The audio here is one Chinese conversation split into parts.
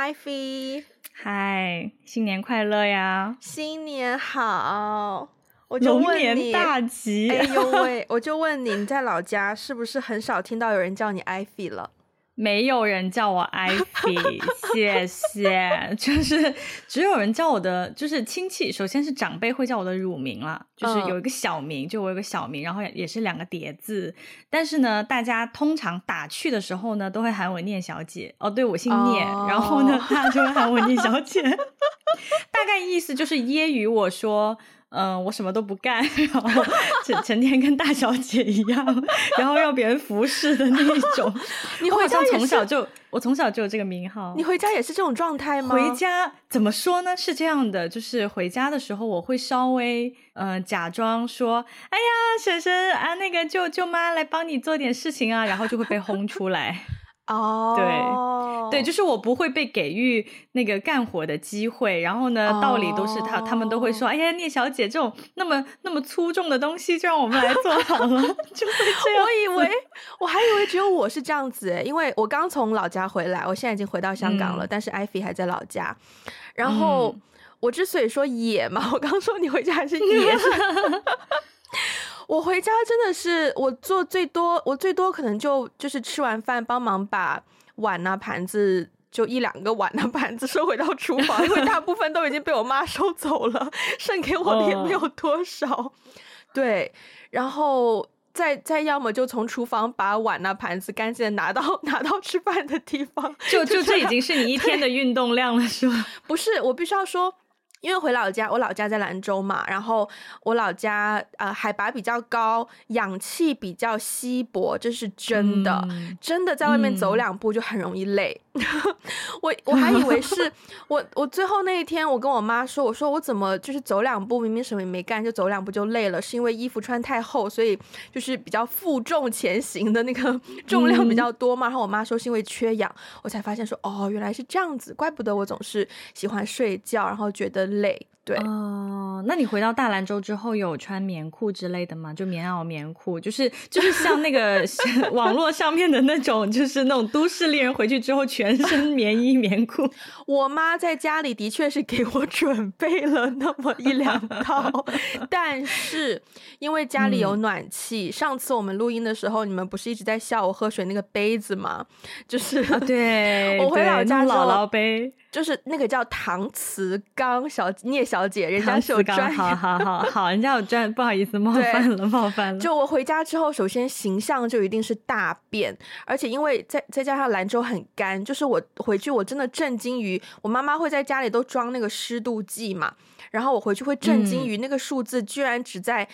Ivy。 嗨，新年快乐呀！ 新年好。我就龙问你， 年大吉！ 哎呦喂，我就问你，你在老家是不是很少听到有人叫你 Ivy 了？ 没有人叫我 Ivy， 谢谢。就是只有人叫我的，就是亲戚，首先是长辈会叫我的乳名啦，就是有一个小名，就我有个小名，然后也是2个叠字。但是呢，大家通常打趣的时候呢，都会喊我聂小姐。哦，对，我姓聂，然后呢，他就会喊我聂小姐。大概意思就是揶揄我说。我什么都不干，然后成天跟大小姐一样，然后要别人服侍的那一种。 你回家也是？ 我从小就有这个名号。 你回家也是这种状态吗？ 回家怎么说呢？是这样的，就是回家的时候，我会稍微假装说，哎呀，婶婶啊，那个舅妈来帮你做点事情啊，然后就会被轰出来。对，就是我不会被给予那个干活的机会，然后呢，道理都是他们都会说，哎呀，聂小姐这种那么粗重的东西，就让我们来做好了，就会这样。 我还以为只有我是这样子，因为我刚从老家回来，我现在已经回到香港了，但是 Ivy 还在老家。然后我之所以说野嘛，我刚说你回家还是野。我回家真的是我最多可能就是吃完饭帮忙把碗啊盘子就1-2个碗啊盘子收回到厨房，因为大部分都已经被我妈收走了，剩给我的也没有多少。对，然后再要么就从厨房把碗啊盘子干净的拿到吃饭的地方， 就这已经是你一天的运动量了，是吧？ 不是，我必须要说。因为回老家，我老家在兰州嘛，然后我老家海拔比较高，氧气比较稀薄，这是真的，真的在外面走2步就很容易累。我还以为是我最后那一天，我跟我妈说，我说我怎么就是走2步，明明什么也没干，就走2步就累了，是因为衣服穿太厚，所以就是比较负重前行的那个重量比较多嘛。然后我妈说是因为缺氧，我才发现说哦，原来是这样子，怪不得我总是喜欢睡觉，然后觉得累。对那你回到大兰州之后有穿棉裤之类的吗？就棉袄棉裤，就是像那个网络上面的那种，就是那种都市丽人回去之后全身棉衣棉裤。 我妈在家里的确是给我准备了那么1-2套，但是因为家里有暖气，上次我们录音的时候，你们不是一直在笑我喝水那个杯子吗？就是对， 我回老家之后， 姥姥杯。 就是那个叫搪瓷缸聂小姐，人家是有专业。 好，人家有专，不好意思，冒犯了。 就我回家之后，首先形象就一定是大变，而且因为再加上兰州很干，就是我回去我真的震惊于我妈妈会在家里都装那个湿度计嘛，然后我回去会震惊于那个数字居然只在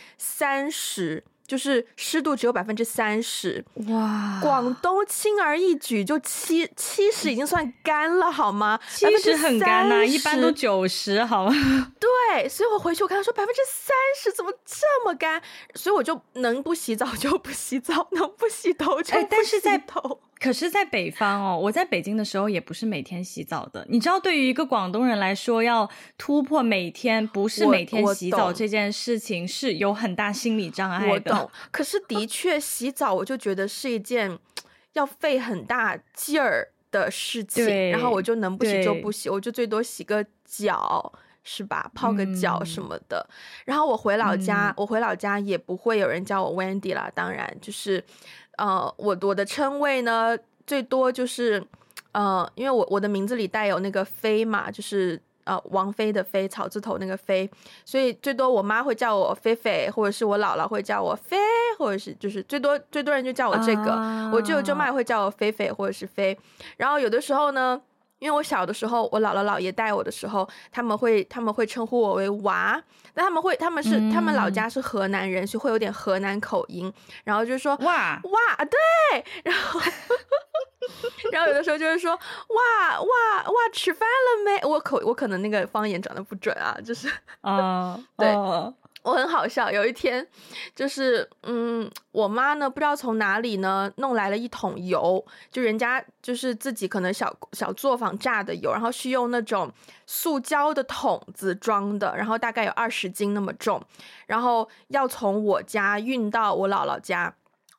30。就是湿度只有30%， 哇！ 广东轻而易举就70已经算干了好吗 ？70很干啊，一般都90好吗？ 对，所以我回去我跟他说30%怎么这么干？所以我就能不洗澡就不洗澡，能不洗头就不洗头。 可是在北方我在北京的时候也不是每天洗澡的。你知道对于一个广东人来说，要突破每天不是每天洗澡这件事情是有很大心理障碍的。 我懂，可是的确洗澡我就觉得是一件要费很大劲儿的事情，然后我就能不洗就不洗，我就最多洗个脚是吧，泡个脚什么的。然后我回老家也不会有人叫我 Wendy 啦，当然就是我的称谓呢最多就是因为我的名字里带有那个妃嘛，就是王妃的妃，草字头那个妃，所以最多我妈会叫我菲菲，或者是我姥姥会叫我妃，或者是就是最多人就叫我这个，我舅妈也会叫我菲菲或者是妃。然后有的时候呢，因为我小的时候我姥姥姥爷带我的时候，他们会称呼我为娃，但他们老家是河南人，所以会有点河南口音，然后就说哇对，然后有的时候就是说哇吃饭了没？我可能那个方言长得不准啊，就是对。我很好笑，有一天就是我妈呢不知道从哪里呢弄来了1桶油，就人家就是自己可能小作坊榨的油，然后是用那种塑胶的桶子装的，然后大概有20斤那么重，然后要从我家运到我姥姥家。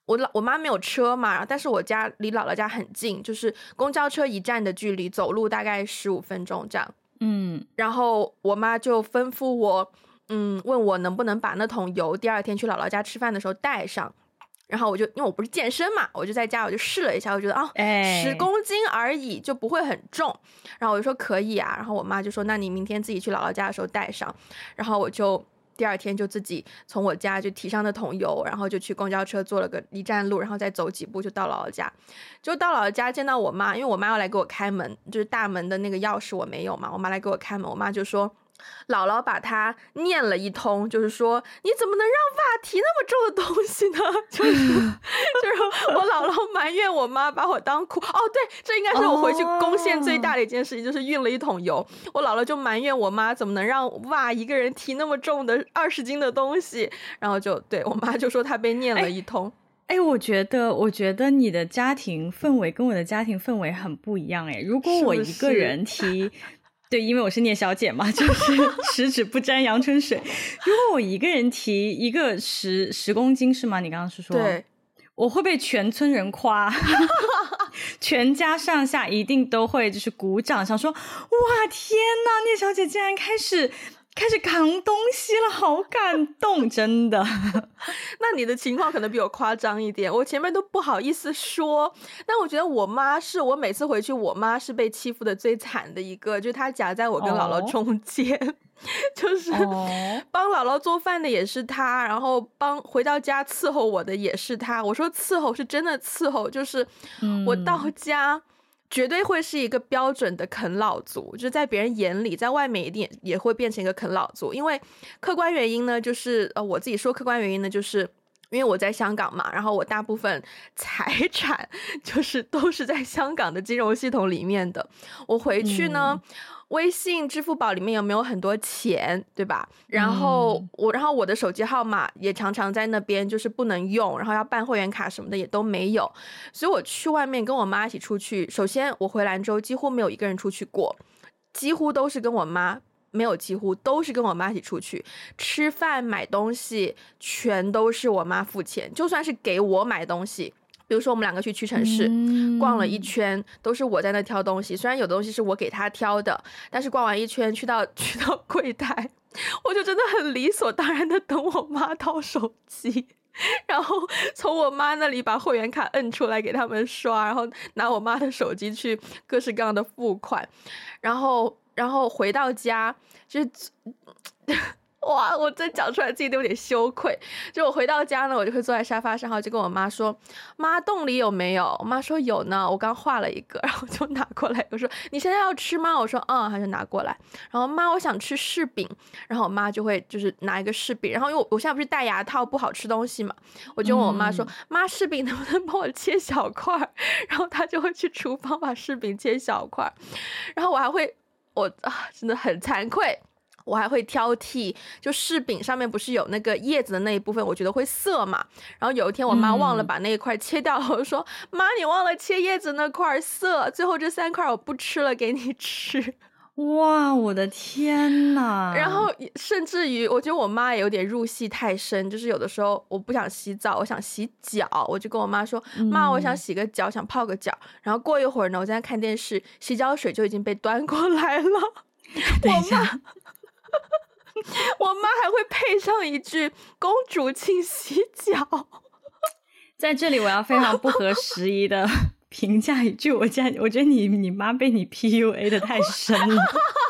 我妈没有车嘛，但是我家离姥姥家很近，就是公交车一站的距离，走路大概15分钟这样。然后我妈就吩咐我，问我能不能把那桶油第二天去姥姥家吃饭的时候带上。然后我就因为我不是健身嘛，我就在家我就试了一下，我觉得10公斤而已，就不会很重。然后我就说可以啊，然后我妈就说那你明天自己去姥姥家的时候带上。然后我就第二天就自己从我家就提上那桶油，然后就去公交车坐了个1站路，然后再走几步就到姥姥家。就到姥姥家见到我妈，因为我妈要来给我开门，就是大门的那个钥匙我没有嘛，我妈来给我开门，我妈就说姥姥把她念了一通，就是说你怎么能让爸提那么重的东西呢？就是我姥姥埋怨我妈把我当苦对，这应该是我回去贡献最大的一件事情，就是运了一桶油。我姥姥就埋怨我妈怎么能让爸一个人提那么重的20斤的东西，然后就对我妈就说她被念了一通。 我觉得你的家庭氛围跟我的家庭氛围很不一样。如果我一个人提对，因为我是聂小姐嘛，就是十指不沾阳春水。如果我一个人提一个10公斤是吗？你刚刚是说？ 对， 我会被全村人夸，全家上下一定都会就是鼓掌，想说哇天哪，聂小姐竟然开始扛东西了，好感动，真的。 那你的情况可能比我夸张一点，我前面都不好意思说，但我觉得我妈是我每次回去，我妈是被欺负的最惨的一个，就她夹在我跟姥姥中间。就是帮姥姥做饭的也是她，然后回到家伺候我的也是她。我说伺候是真的伺候，就是我到家绝对会是一个标准的啃老族，就是在别人眼里，在外面一定也会变成一个啃老族。因为客观原因呢，就是我自己说客观原因呢，就是因为我在香港嘛，然后我大部分财产就是都是在香港的金融系统里面的。我回去呢，微信、支付宝里面有没有很多钱，对吧？然后我的手机号码也常常在那边，就是不能用，然后要办会员卡什么的也都没有。所以我去外面跟我妈一起出去，首先我回兰州几乎没有一个人出去过，几乎都是跟我妈。没有，几乎都是跟我妈一起出去吃饭、买东西，全都是我妈付钱。就算是给我买东西，比如说我们两个去屈臣氏逛了一圈，都是我在那挑东西。虽然有的东西是我给她挑的，但是逛完一圈去到柜台，我就真的很理所当然的等我妈掏手机，然后从我妈那里把会员卡摁出来给他们刷，然后拿我妈的手机去各式各样的付款，然后回到家就是哇，我真讲出来自己都有点羞愧。就我回到家呢，我就会坐在沙发上，然后就跟我妈说：“妈，冻梨有没有？”我妈说：“有呢，我刚画了一个。”然后就拿过来，我说：“你现在要吃吗？”我说：“她就拿过来。然后妈，我想吃柿饼。然后我妈就会就是拿一个柿饼。然后因为我现在不是戴牙套，不好吃东西嘛，我就问我妈说：“妈，柿饼能不能帮我切小块？”然后她就会去厨房把柿饼切小块。然后我还会，真的很惭愧。我还会挑剔，就柿饼上面不是有那个叶子的那一部分，我觉得会涩嘛。然后有一天我妈忘了把那一块切掉，我就说：“妈，你忘了切叶子那块涩，最后这3块我不吃了，给你吃。” 哇，我的天哪！ 然后甚至于，我觉得我妈也有点入戏太深，就是有的时候我不想洗澡，我想洗脚，我就跟我妈说：“妈，我想洗个脚，想泡个脚。”然后过一会儿呢，我在看电视，洗脚水就已经被端过来了。 等一下。 我妈还会配上一句“公主请洗脚”。 在这里我要非常不合时宜的评价一句，我觉得你妈被你 PUA 的太深了。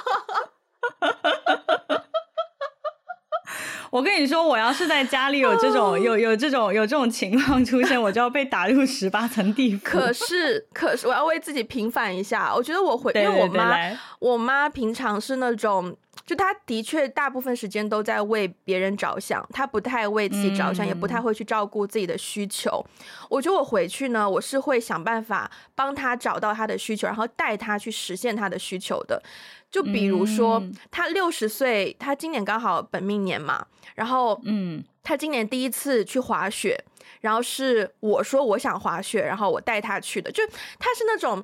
我跟你说，我要是在家里有这种有这种情况出现，我就要被打入18层地府。 可是我要为自己平反一下，我觉得因为我妈平常是那种，就她的确大部分时间都在为别人着想，她不太为自己着想，也不太会去照顾自己的需求。我觉得我回去呢，我是会想办法帮她找到她的需求，然后带她去实现她的需求的。就比如说她60岁，她今年刚好本命年嘛，然后她今年第一次去滑雪，然后是我说我想滑雪，然后我带她去的。就她是那种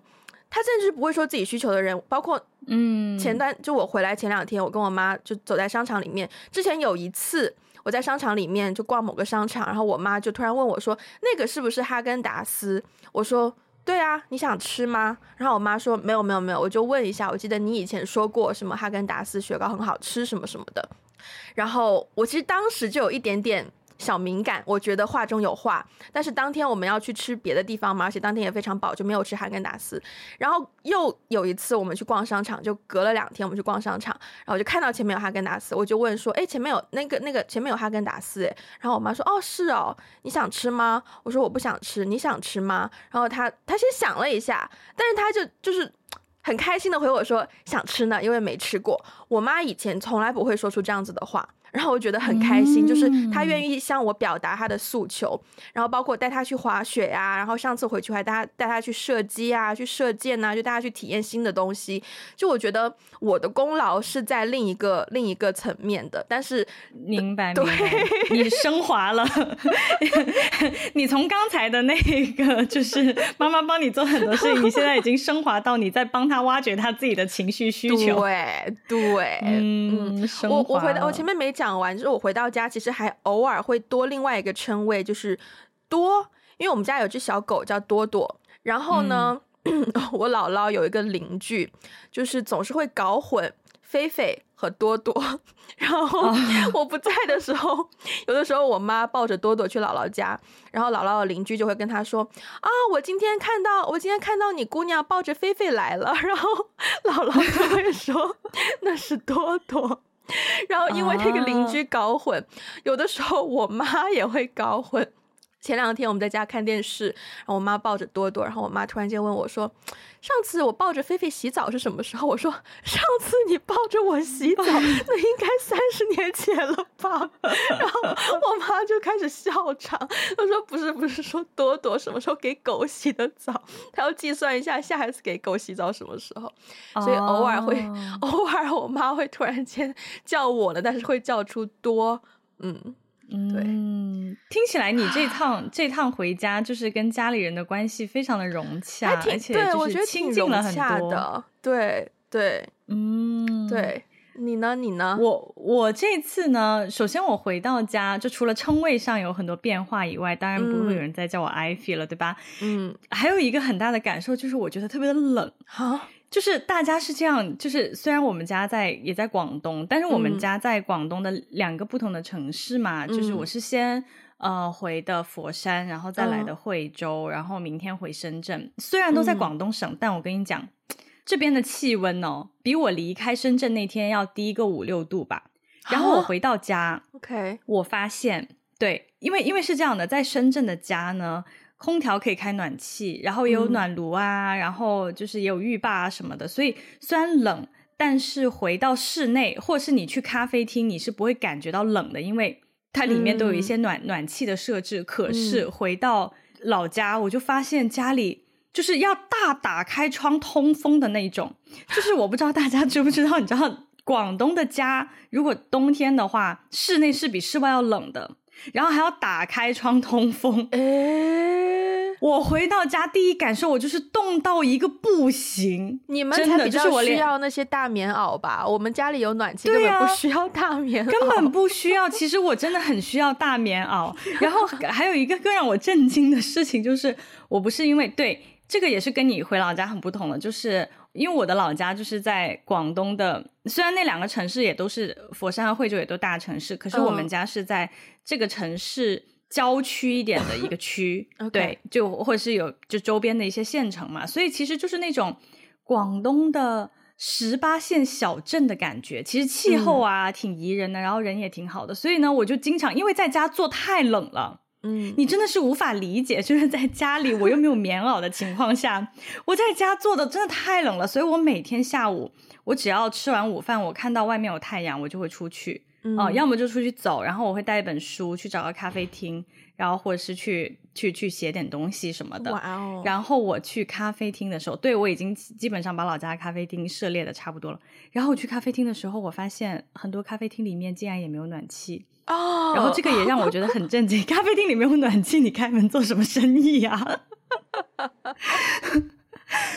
他甚至不会说自己需求的人，包括就我回来前2天，我跟我妈就走在商场里面。之前有一次我在商场里面就逛某个商场，然后我妈就突然问我说那个是不是哈根达斯，我说对啊，你想吃吗？然后我妈说没有，我就问一下，我记得你以前说过什么哈根达斯雪糕很好吃什么什么的。然后我其实当时就有一点点小敏感，我觉得话中有话，但是当天我们要去吃别的地方嘛，而且当天也非常饱，就没有吃哈根达斯。然后又有一次我们去逛商场，就隔了2天我们去逛商场，然后我就看到前面有哈根达斯，我就问说前面有那个前面有哈根达斯然后我妈说哦是哦，你想吃吗？我说我不想吃，你想吃吗？然后她先想了一下，但是她就是很开心的回我说想吃呢，因为没吃过。我妈以前从来不会说出这样子的话，然后我觉得很开心，就是她愿意向我表达她的诉求，然后包括带她去滑雪啊，然后上次回去还带她去射击啊，去射箭啊，就带她去体验新的东西。就我觉得我的功劳是在另一个层面的，但是明白，你升华了你从刚才的那个就是妈妈帮你做很多事情，你现在已经升华到你在帮她挖掘她自己的情绪需求。 对，我前面没讲完，就是我回到家其实还偶尔会多另外一个称谓，就是多，因为我们家有只小狗叫多多，然后呢我姥姥有一个邻居就是总是会搞混菲菲和多多，然后我不在的时候有的时候我妈抱着多多去姥姥家，然后姥姥的邻居就会跟她说啊，我今天看到你姑娘抱着菲菲来了，然后姥姥就会说那是多多。然后因为那个邻居搞混有的时候我妈也会搞混。前2天我们在家看电视，然后我妈抱着多多，然后我妈突然间问我说上次我抱着菲菲洗澡是什么时候？我说上次你抱着我洗澡那应该30年前了吧。然后我妈就开始笑场，她说不是说多多什么时候给狗洗的澡，她要计算一下下一次给狗洗澡什么时候。所以偶尔我妈会突然间叫我了，但是会叫出多。对， 听起来你这趟回家就是跟家里人的关系非常的融洽，而且就是亲近了很多的。对，对，你呢？ 我这次呢，首先我回到家，就除了称谓上有很多变化以外，当然不会有人再叫我 Ivy 了，对吧？还有一个很大的感受就是我觉得特别的冷。就是大家是这样，就是虽然我们家也在广东，但是我们家在广东的2个不同的城市嘛，就是我是先回的佛山，然后再来的惠州，然后明天回深圳。虽然都在广东省，但我跟你讲，这边的气温比我离开深圳那天要低个5-6度吧。然后我回到家 ，OK， 我发现对，因为是这样的，在深圳的家呢，空调可以开暖气，然后也有暖炉啊，然后就是也有浴霸啊什么的，所以虽然冷，但是回到室内或是你去咖啡厅，你是不会感觉到冷的，因为它里面都有一些暖气的设置。可是回到老家，我就发现家里就是要大打开窗通风的那种，就是我不知道大家知不知道，你知道广东的家如果冬天的话，室内是比室外要冷的，然后还要打开窗通风。我回到家第一感受，我就是冻到一个不行。 你们才比较需要那些大棉袄吧？我们家里有暖气，根本不需要大棉袄， 根本不需要。其实我真的很需要大棉袄。然后还有一个更让我震惊的事情，就是我不是因为对这个也是跟你回老家很不同的，就是因为我的老家就是在广东的，虽然那2个城市也都是佛山和惠州也都大城市，可是我们家是在这个城市郊区一点的一个区对，就或者是有就周边的一些县城嘛，所以其实就是那种广东的18线小镇的感觉，其实气候啊挺宜人的，然后人也挺好的，所以呢我就经常因为在家做太冷了，你真的是无法理解，就是在家里我又没有棉袄的情况下，我在家做的真的太冷了，所以我每天下午我只要吃完午饭，我看到外面有太阳我就会出去要么就出去走，然后我会带一本书去找个咖啡厅，然后或者是去写点东西什么的。然后我去咖啡厅的时候，对，我已经基本上把老家的咖啡厅涉猎的差不多了。然后我去咖啡厅的时候，我发现很多咖啡厅里面竟然也没有暖气然后这个也让我觉得很震惊。咖啡厅里没有暖气，你开门做什么生意啊？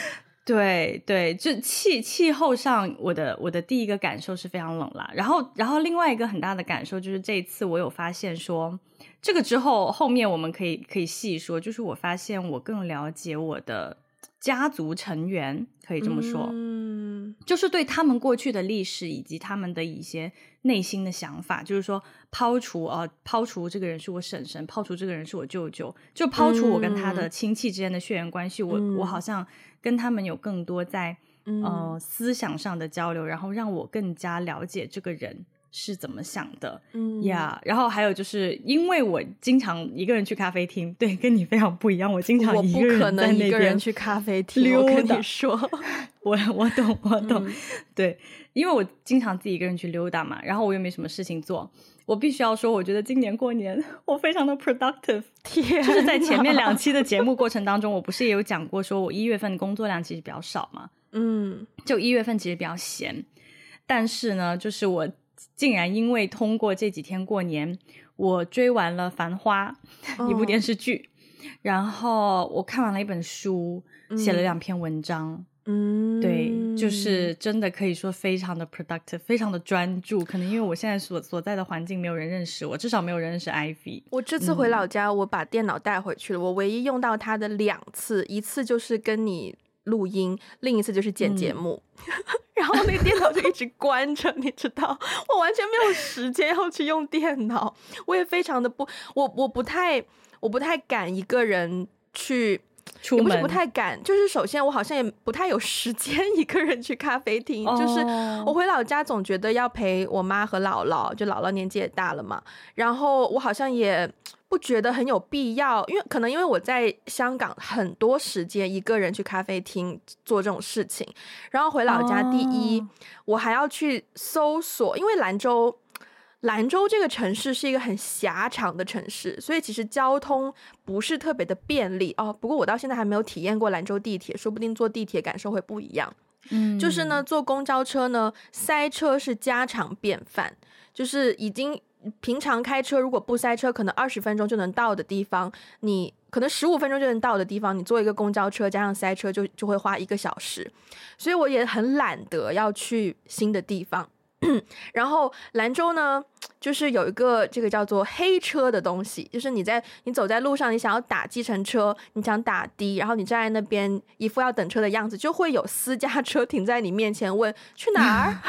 对对，就气候上我的第一个感受是非常冷啦，然后另外一个很大的感受就是这一次我有发现说，这个之后后面我们可以细说，就是我发现我更了解我的家族成员，可以这么说，就是对他们过去的历史以及他们的一些内心的想法，就是说抛除这个人是我婶婶，抛除这个人是我舅舅，就抛除我跟他的亲戚之间的血缘关系，我好像跟他们有更多在思想上的交流，然后让我更加了解这个人是怎么想的呀。然后还有就是因为我经常一个人去咖啡厅，对，跟你非常不一样，我经常一个人在那边溜达， 我不可能一个人去咖啡厅，我跟你说我懂对，因为我经常自己一个人去溜达嘛，然后我又没什么事情做，我必须要说我觉得今年过年我非常的 productive。 就是在前面2期的节目过程当中，我不是也有讲过说我1月份工作量其实比较少嘛，就1月份其实比较闲，但是呢就是我竟然因为通过这几天过年，我追完了《繁花》一部电视剧，然后我看完了一本书，写了2篇文章，对，就是真的可以说非常的 productive， 非常的专注，可能因为我现在所在的环境没有人认识我，至少没有人认识 Ivy。 我这次回老家，我把电脑带回去了，我唯一用到它的2次，一次就是跟你录音，另一次就是剪节目然后那个电脑就一直关着你知道，我完全没有时间要去用电脑，我也非常的我不太敢一个人去出门， 也不是不太敢，就是首先我好像也不太有时间一个人去咖啡厅，就是我回老家总觉得要陪我妈和姥姥，就姥姥年纪也大了嘛，然后我好像也不觉得很有必要，因为我在香港很多时间一个人去咖啡厅做这种事情，然后回老家第一我还要去搜索，因为兰州这个城市是一个很狭长的城市，所以其实交通不是特别的便利哦。不过我到现在还没有体验过兰州地铁，说不定坐地铁感受会不一样。就是呢，坐公交车呢，塞车是家常便饭，就是已经平常开车如果不塞车，可能20分钟就能到的地方，你可能15分钟就能到的地方，你坐一个公交车加上塞车就会花1个小时，所以我也很懒得要去新的地方。然后兰州呢，就是有一个这个叫做黑车的东西，就是你走在路上，你想要打计程车，你想打的，然后你站在那边一副要等车的样子，就会有私家车停在你面前问去哪儿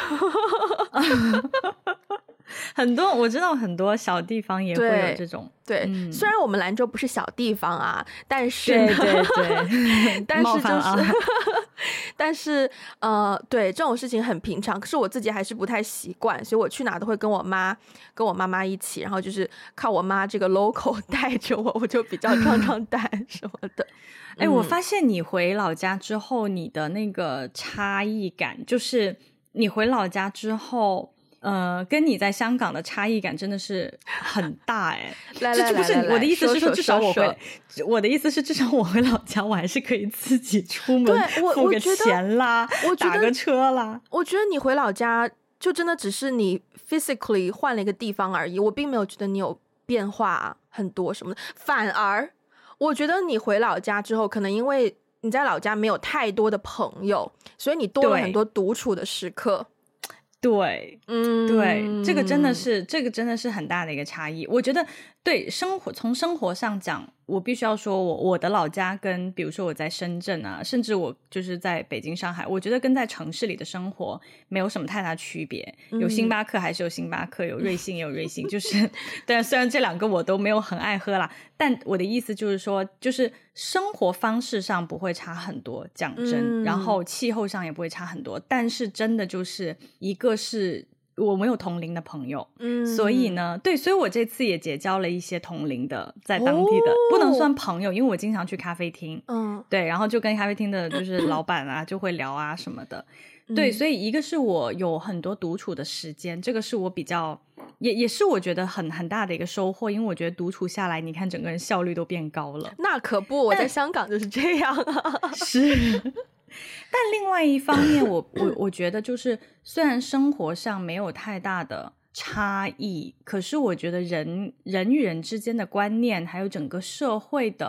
很多我知道很多小地方也会有这种， 对，虽然我们兰州不是小地方啊，但是呢对但是就是但是对，这种事情很平常，可是我自己还是不太习惯，所以我去哪都会跟我妈妈一起，然后就是靠我妈这个 local 带着我就比较壮胆什么的。 我发现你回老家之后你的那个差异感，就是你回老家之后跟你在香港的差异感真的是很大这不是我的意思是说，至少我的意思是至少我回老家我还是可以自己出门付个钱啦，打个车啦。 我觉得你回老家就真的只是你 physically 换了一个地方而已，我并没有觉得你有变化很多什么的，反而我觉得你回老家之后，可能因为你在老家没有太多的朋友，所以你多了很多独处的时刻。 对，对，这个真的是很大的一个差异。我觉得对从生活上讲，我必须要说我的老家跟比如说我在深圳啊，甚至我就是在北京上海，我觉得跟在城市里的生活没有什么太大区别，有星巴克还是有星巴克，有瑞幸也有瑞幸，就是但虽然这2个我都没有很爱喝啦，但我的意思就是说，就是生活方式上不会差很多，讲真，然后气候上也不会差很多，但是真的就是一个是我没有同龄的朋友，所以呢，对，所以我这次也结交了一些同龄的，在当地的，不能算朋友，因为我经常去咖啡厅，对，然后就跟咖啡厅的就是老板啊就会聊啊什么的，对，所以一个是我有很多独处的时间，这个是我比较也是我觉得很大的一个收获，因为我觉得独处下来，你看整个人效率都变高了。 那可不，我在香港就是这样啊。 是。但另外一方面我觉得就是虽然生活上没有太大的差异，可是我觉得人与人之间的观念还有整个社会的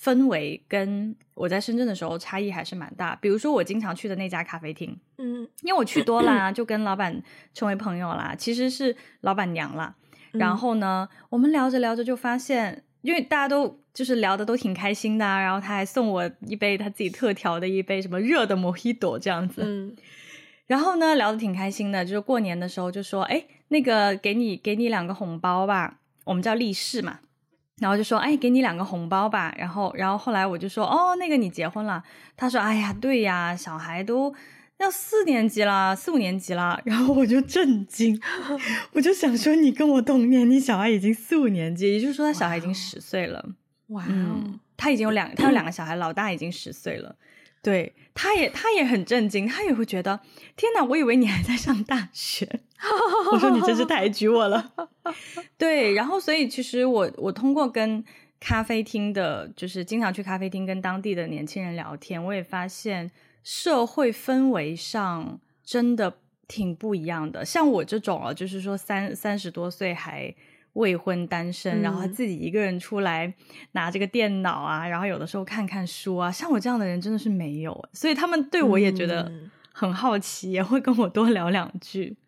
氛围跟我在深圳的时候差异还是蛮大。比如说我经常去的那家咖啡厅，因为我去多啦，就跟老板成为朋友啦，其实是老板娘啦。然后呢，我们聊着聊着就发现，因为大家都就是聊的都挺开心的啊，然后他还送我一杯他自己特调的一杯什么热的 Mojito 这样子。然后呢，聊得挺开心的，就是过年的时候就说，哎，那个给你2个红包吧，我们叫利是嘛，然后就说，哎，给你2个红包吧。然后后来我就说，哦，那个你结婚了？他说，哎呀，对呀，小孩都要4年级了，4、5年级了。然后我就震惊，我就想说，你跟我同年，你小孩已经4、5年级，也就是说他小孩已经10岁了。 哇， 他已经有2个小孩，老大已经10岁了。对，他也很震惊，他也会觉得天哪，我以为你还在上大学。我说你真是抬举我了。对，然后所以其实我通过跟咖啡厅的，就是经常去咖啡厅跟当地的年轻人聊天，我也发现社会氛围上真的挺不一样的。像我这种就是说30多岁还未婚单身，然后他自己一个人出来拿这个电脑啊，然后有的时候看看书啊，像我这样的人真的是没有，所以他们对我也觉得很好奇，也会跟我多聊2句。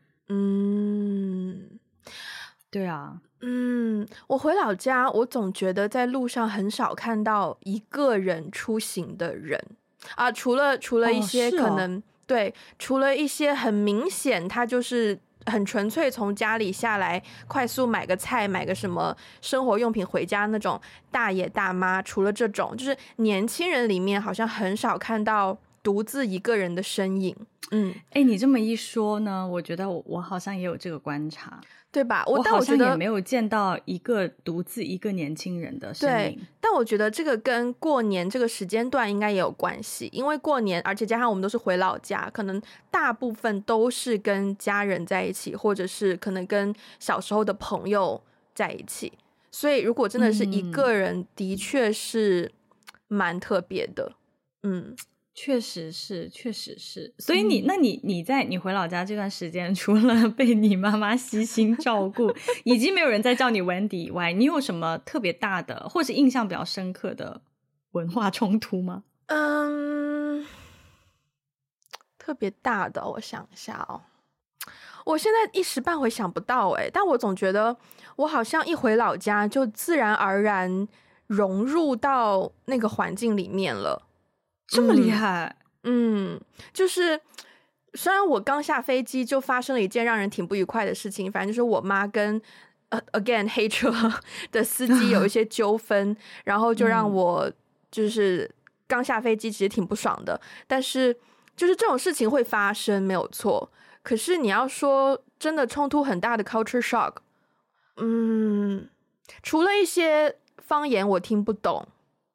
对啊。 我回老家，我总觉得在路上很少看到一个人出行的人啊，除了一些可能，对，除了一些很明显他就是很纯粹从家里下来快速买个菜买个什么生活用品回家那种大爷大妈，除了这种就是年轻人里面好像很少看到独自一个人的身影。 你这么一说呢，我觉得我好像也有这个观察， 对吧？ 但我好像也没有见到独自一个年轻人的身影。 对，但我觉得这个跟过年这个时间段应该也有关系，因为过年，而且加上我们都是回老家，可能大部分都是跟家人在一起，或者是可能跟小时候的朋友在一起，所以如果真的是一个人，的确是蛮特别的。 确实是。所以你回老家这段时间，除了被你妈妈悉心照顾，已经没有人再叫你 Wendy 以外，你有什么特别大的或是印象比较深刻的文化冲突吗？ 特别大的，我想一下哦，我现在一时半会想不到但我总觉得我好像一回老家就自然而然融入到那个环境里面了。 这么厉害？ 就是虽然我刚下飞机就发生了一件让人挺不愉快的事情，反正就是我妈跟again 黑车的司机有一些纠纷，然后就让我就是刚下飞机其实挺不爽的，但是就是这种事情会发生没有错，可是你要说真的冲突很大的 culture shock，除了一些方言我听不懂，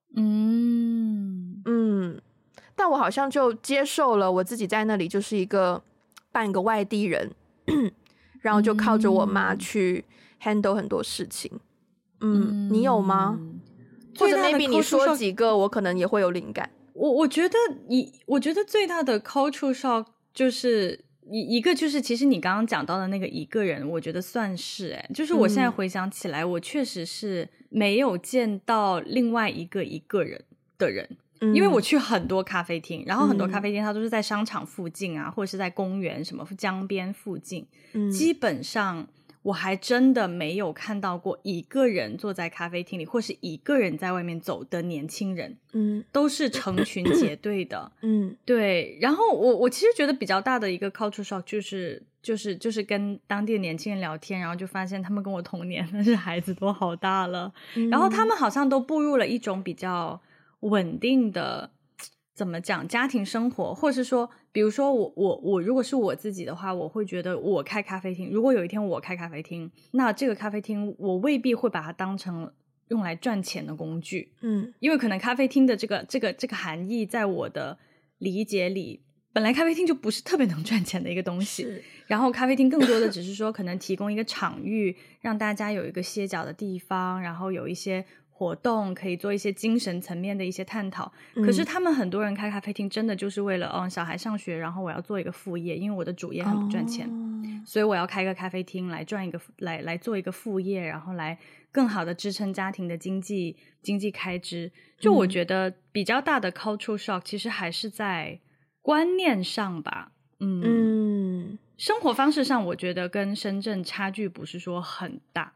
但我好像就接受了我自己在那里就是一个半个外地人，然后就靠着我妈去 handle 很多事情。你有吗？或者 maybe 你说几个我可能也会有灵感。 我觉得最大的 cultural shock 就是一个就是其实你刚刚讲到的那个一个人，我觉得算是就是我现在回想起来，我确实是没有见到另外一个人的人。因为我去很多咖啡厅，然后很多咖啡厅它都是在商场附近啊，或者是在公园什么江边附近，基本上我还真的没有看到过一个人坐在咖啡厅里，或是一个人在外面走的年轻人，都是成群结队的。对。然后我其实觉得比较大的一个 culture shock 就是跟当地的年轻人聊天，然后就发现他们跟我同年，但是孩子都好大了，然后他们好像都步入了一种比较稳定的怎么讲家庭生活，或是说比如说我如果是我自己的话，我会觉得我开咖啡厅，如果有一天我开咖啡厅，那这个咖啡厅我未必会把它当成用来赚钱的工具。因为可能咖啡厅的这个含义在我的理解里，本来咖啡厅就不是特别能赚钱的一个东西，然后咖啡厅更多的只是说可能提供一个场域，让大家有一个歇脚的地方，然后有一些活动可以做一些精神层面的一些探讨。可是他们很多人开咖啡厅真的就是为了小孩上学，然后我要做一个副业，因为我的主业很不赚钱。 所以我要开个咖啡厅来赚一个来做一个副业，然后来更好的支撑家庭的经济开支。就我觉得比较大的 cultural shock 其实还是在观念上吧。生活方式上我觉得跟深圳差距不是说很大。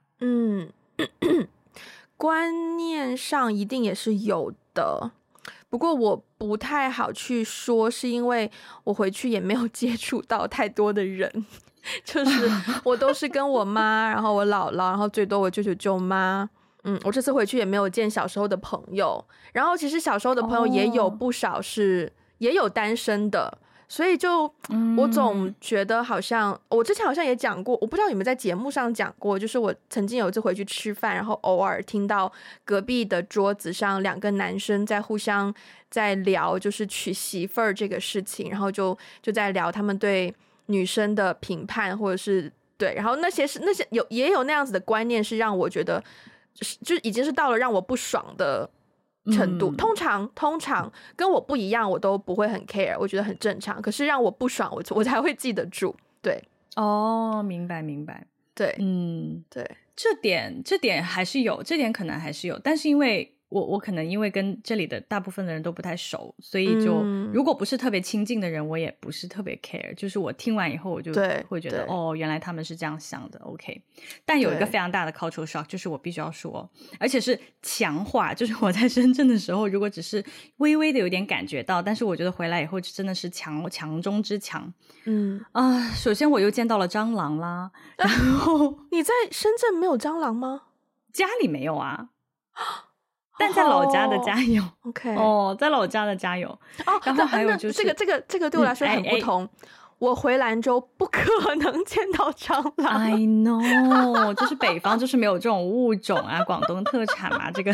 观念上一定也是有的，不过我不太好去说，是因为我回去也没有接触到太多的人，就是我都是跟我妈，然后我姥姥，然后最多我舅舅舅妈。我这次回去也没有见小时候的朋友，然后其实小时候的朋友也有不少也有单身的，所以就我总觉得好像我之前好像也讲过，我不知道有没有在节目上讲过，就是我曾经有一次回去吃饭，然后偶尔听到隔壁的桌子上2个男生在互相在聊就是娶媳妇儿这个事情，然后就在聊他们对女生的评判，或者是对，然后那些也有那样子的观念，是让我觉得就已经是到了让我不爽的程度。通常跟我不一样我都不会很 care， 我觉得很正常，可是让我不爽我才会记得住。对， 明白对， 对，这点还是有，这点可能还是有，但是因为我可能因为跟这里的大部分的人都不太熟，所以就如果不是特别亲近的人我也不是特别 care， 就是我听完以后我就会觉得原来他们是这样想的 OK。 但有一个非常大的 cultural shock， 就是我必须要说，而且是强化，就是我在深圳的时候如果只是微微的有点感觉到，但是我觉得回来以后真的是强中之强。首先我又见到了蟑螂啦，然后你在深圳没有蟑螂吗？ 家里没有啊，但在老家的家有。 OK， 在老家的家有。然后还有就是这个对我来说很不同。我回兰州不可能见到蟑螂。 I know， 就是北方就是没有这种物种啊，广东特产嘛，这个。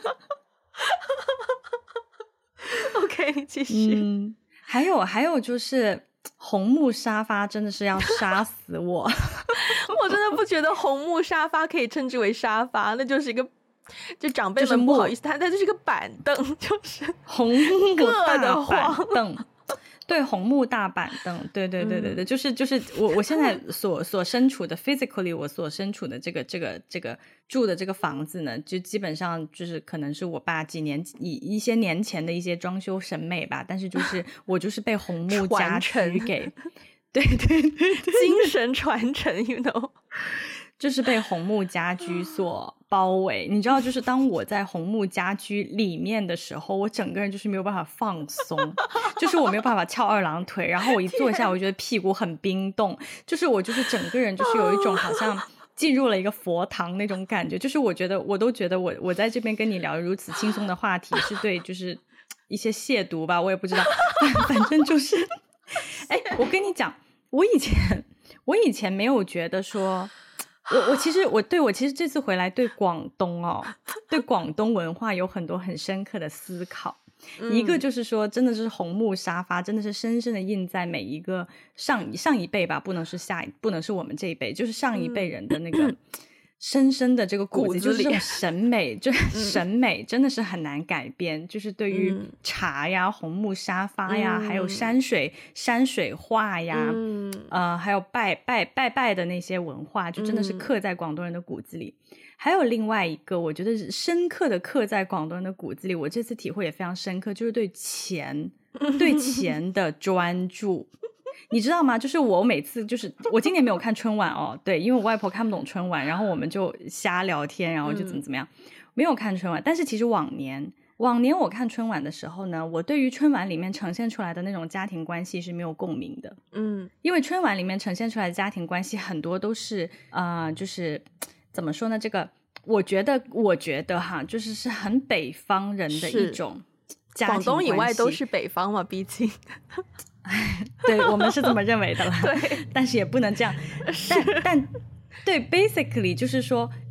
OK， 你继续。 还有就是红木沙发真的是要杀死我。 我真的不觉得红木沙发可以称之为沙发，那就是一个。就长辈们不好意思，它就是一个板凳，就是红木大板凳。对，红木大板凳，对，就是我现在所身处的 physically 我所身处的这个住的这个房子呢，就基本上就是可能是我爸一些年前的一些装修审美吧，但是就是我就是被红木家具给对精神传承 you know， 就是被红木家居所包围。你知道，就是当我在红木家居里面的时候，我整个人就是没有办法放松，就是我没有办法翘2郎腿，然后我一坐下我觉得屁股很冰冻，就是我就是整个人就是有一种好像进入了一个佛堂那种感觉，就是我都觉得我在这边跟你聊如此轻松的话题是对就是一些亵渎吧，我也不知道。反正就是我跟你讲，我以前没有觉得说我其实这次回来对广东对广东文化有很多很深刻的思考。一个就是说真的是红木沙发真的是深深的印在每一个上一辈吧，不能是我们这一辈，就是上一辈人的那个深深的这个骨子里，就是这种审美，就是审美真的是很难改变。就是对于茶呀、红木沙发呀，还有山水画呀，还有拜的那些文化，就真的是刻在广东人的骨子里。还有另外一个我觉得是深刻的刻在广东人的骨子里，我这次体会也非常深刻，就是对钱的专注。你知道吗？就是我每次就是我今年没有看春晚对，因为我外婆看不懂春晚，然后我们就瞎聊天，然后就怎么样，没有看春晚。但是其实往年我看春晚的时候呢，我对于春晚里面呈现出来的那种家庭关系是没有共鸣的。因为春晚里面呈现出来的家庭关系很多都是就是怎么说呢，这个我觉得哈，就是很北方人的一种家庭关系。广东以外都是北方嘛，毕竟对，我们是这么认为的啦。 对， 但是也不能这样。但对 basically 就是说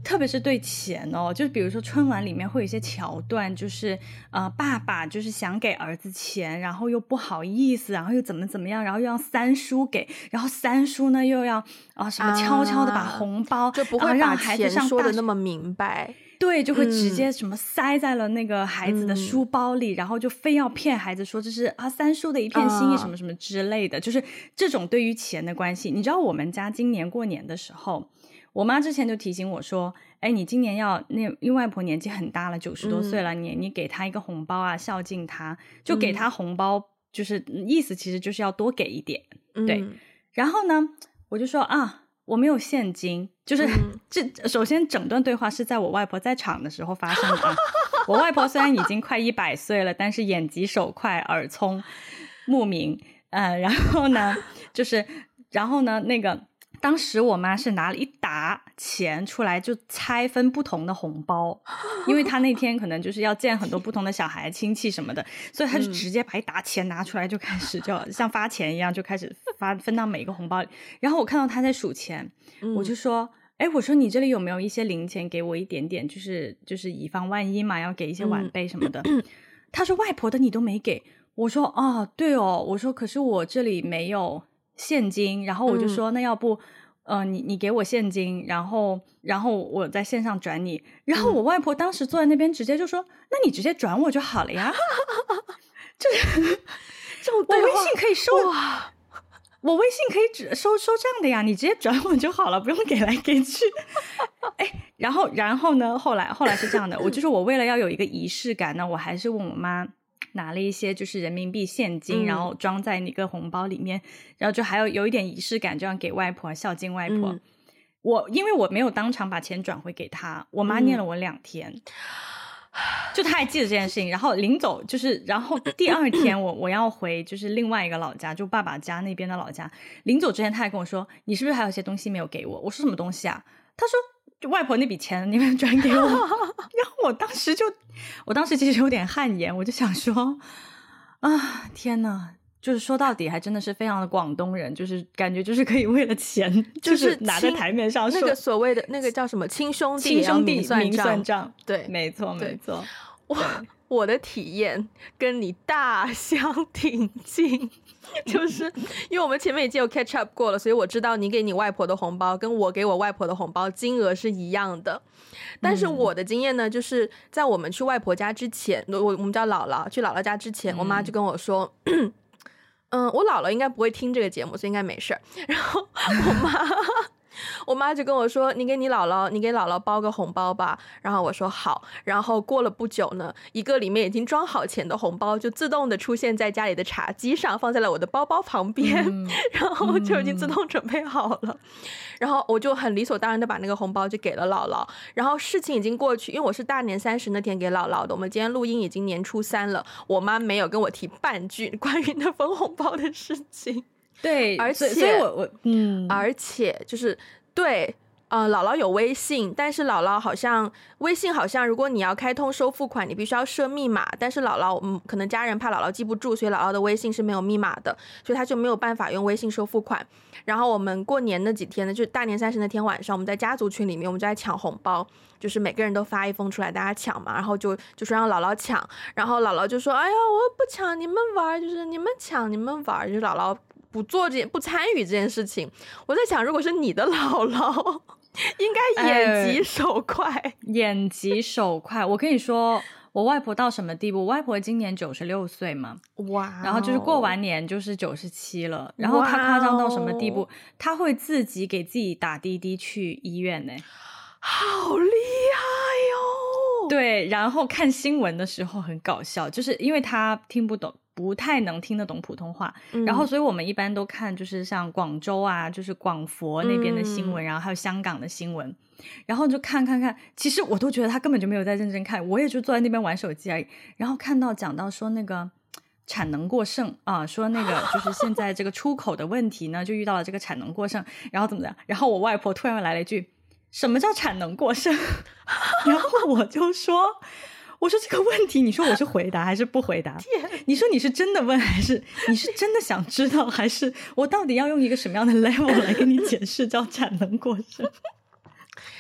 特别是对钱哦，就是比如说春晚里面会有一些桥段，就是爸爸就是想给儿子钱，然后又不好意思，然后又怎么样，然后又让三叔给，然后三叔呢又要什么悄悄的把红包就不会把钱说的那么明白， 对，就会直接什么塞在了那个孩子的书包里，然后就非要骗孩子说这是三叔的一片心意什么什么之类的，就是这种对于钱的关系。你知道我们家今年过年的时候，我妈之前就提醒我说，哎，你今年因为外婆年纪很大了，90多岁了，你给她一个红包啊，孝敬她，就给她红包，就是意思其实就是要多给一点，对。然后呢，我就说我没有现金，就是首先整段对话是在我外婆在场的时候发生的。我外婆虽然已经快100岁了，但是眼疾手快，耳聪目明，然后呢，那个当时我妈是拿了一沓钱出来，就拆分不同的红包，因为她那天可能就是要见很多不同的小孩亲戚什么的，所以她就直接把一沓钱拿出来，就开始就像发钱一样，就开始分到每个红包里。然后我看到她在数钱，我就说，我说你这里有没有一些零钱给我一点点，就是以防万一嘛，要给一些晚辈什么的。她说外婆的你都没给。我说对哦，我说可是我这里没有现金，然后我就说那要不你给我现金，然后我在线上转你。然后我外婆当时坐在那边直接就说那你直接转我就好了呀。就是这种对话， 我微信可以收，我微信可以只收账的呀，你直接转我就好了，不用给来给去。然后呢，后来是这样的，我为了要有一个仪式感呢，我还是问我妈拿了一些就是人民币现金，然后装在那个红包里面，然后就还有一点仪式感，这样给外婆孝敬外婆。因为我没有当场把钱转回给她，我妈念了我2天。就她还记得这件事情，然后临走然后第2天我要回就是另外一个老家，就爸爸家那边的老家，临走之前她还跟我说你是不是还有些东西没有给我？我说什么东西啊？她说就外婆那笔钱你没有转给我。然后我当时其实有点汗颜，我就想说天哪，就是说到底还真的是非常的广东人，就是感觉就是可以为了钱就是拿在台面上说， 那个所谓的那个叫什么亲兄弟明算账， 对， 没错。 哇，我的体验跟你大相庭径。就是因为我们前面已经有 catch up 过了，所以我知道你给你外婆的红包跟我给我外婆的红包金额是一样的。但是我的经验呢，就是在我们去外婆家之前，我们叫姥姥，去姥姥家之前，我妈就跟我说我姥姥应该不会听这个节目，所以应该没事。然后我妈就跟我说你给姥姥包个红包吧。然后我说好。然后过了不久呢，一个里面已经装好钱的红包就自动的出现在家里的茶几上，放在了我的包包旁边，然后就已经自动准备好了。然后我就很理所当然的把那个红包就给了姥姥。然后事情已经过去，因为我是大年30那天给姥姥的，我们今天录音已经年初3了，我妈没有跟我提半句关于那分红包的事情。 对， 而且所以我而且就是对姥姥有微信，但是姥姥好像微信好像如果你要开通收付款，你必须要设密码，但是姥姥可能家人怕姥姥记不住，所以姥姥的微信是没有密码的，所以他就没有办法用微信收付款。然后我们过年那几天呢，就大年30那天晚上，我们在家族群里面，我们就在抢红包，就是每个人都发一封出来，大家抢嘛，然后就说让姥姥抢，然后姥姥就说哎呀我不抢，你们玩，就是你们抢你们玩，就是姥姥不参与这件事情。我在想如果是你的姥姥应该眼疾手快， 眼疾手快。我跟你说我外婆到什么地步，我外婆今年96岁嘛， 哇， 然后就是过完年就是97了，然后她夸张到什么地步，她会自己给自己打滴滴去医院呢， 好厉害哟。 对，然后看新闻的时候很搞笑，就是因为她听不懂，不太能听得懂普通话，然后所以我们一般都看就是像广州啊，就是广佛那边的新闻，然后还有香港的新闻，然后就看，其实我都觉得他根本就没有在认真看，我也就坐在那边玩手机而已。然后讲到说那个产能过剩啊，说那个就是现在这个出口的问题呢，就遇到了这个产能过剩，然后怎么样？然后我外婆突然来了一句：“什么叫产能过剩？”然后我说这个问题，你说我是回答还是不回答？你说你是真的问，还是你是真的想知道，还是我到底要用一个什么样的 level 来跟你解释叫产能过剩？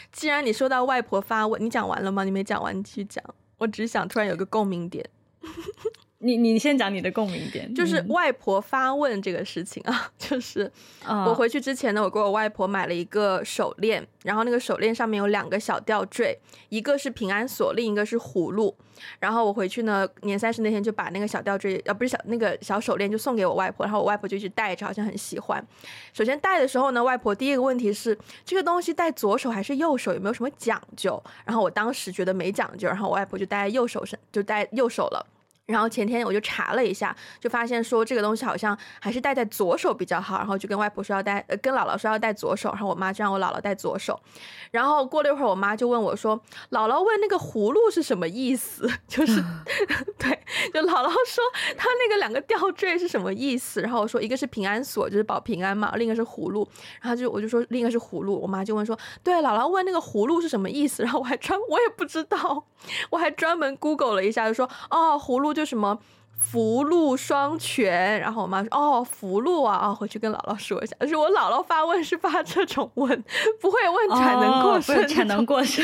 既然你说到外婆发问，你讲完了吗？你没讲完，你继续讲。我只是想突然有个共鸣点。 你先讲你的共鸣点， 就是外婆发问这个事情啊，就是我回去之前呢，我给我外婆买了一个手链，然后那个手链上面有2个小吊坠，一个是平安锁，另一个是葫芦。然后我回去呢，年30那天就把那个小吊坠，不是那个小手链就送给我外婆，然后我外婆就一直戴着，好像很喜欢。首先戴的时候呢，外婆第一个问题是这个东西戴左手还是右手，有没有什么讲究？然后我当时觉得没讲究，然后我外婆就戴右手上，就戴右手了。然后前天我就查了一下，就发现说这个东西好像还是戴在左手比较好，然后就跟外婆说要戴，跟姥姥说要戴左手，然后我妈就让我姥姥戴左手。然后过了一会儿，我妈就问我说，姥姥问那个葫芦是什么意思？就是对，就姥姥说她那个2个吊坠是什么意思？然后我说一个是平安锁，就是保平安嘛，另一个是葫芦。然后我就说另一个是葫芦，我妈就问说，对，姥姥问那个葫芦是什么意思？然后我也不知道，我还专门 Google 了一下，就说哦，葫芦就什么福禄双全。然后我妈说哦，福禄啊，回去跟姥姥说一下。但是我姥姥发问是发这种问，不会问产能过剩， 产能过剩。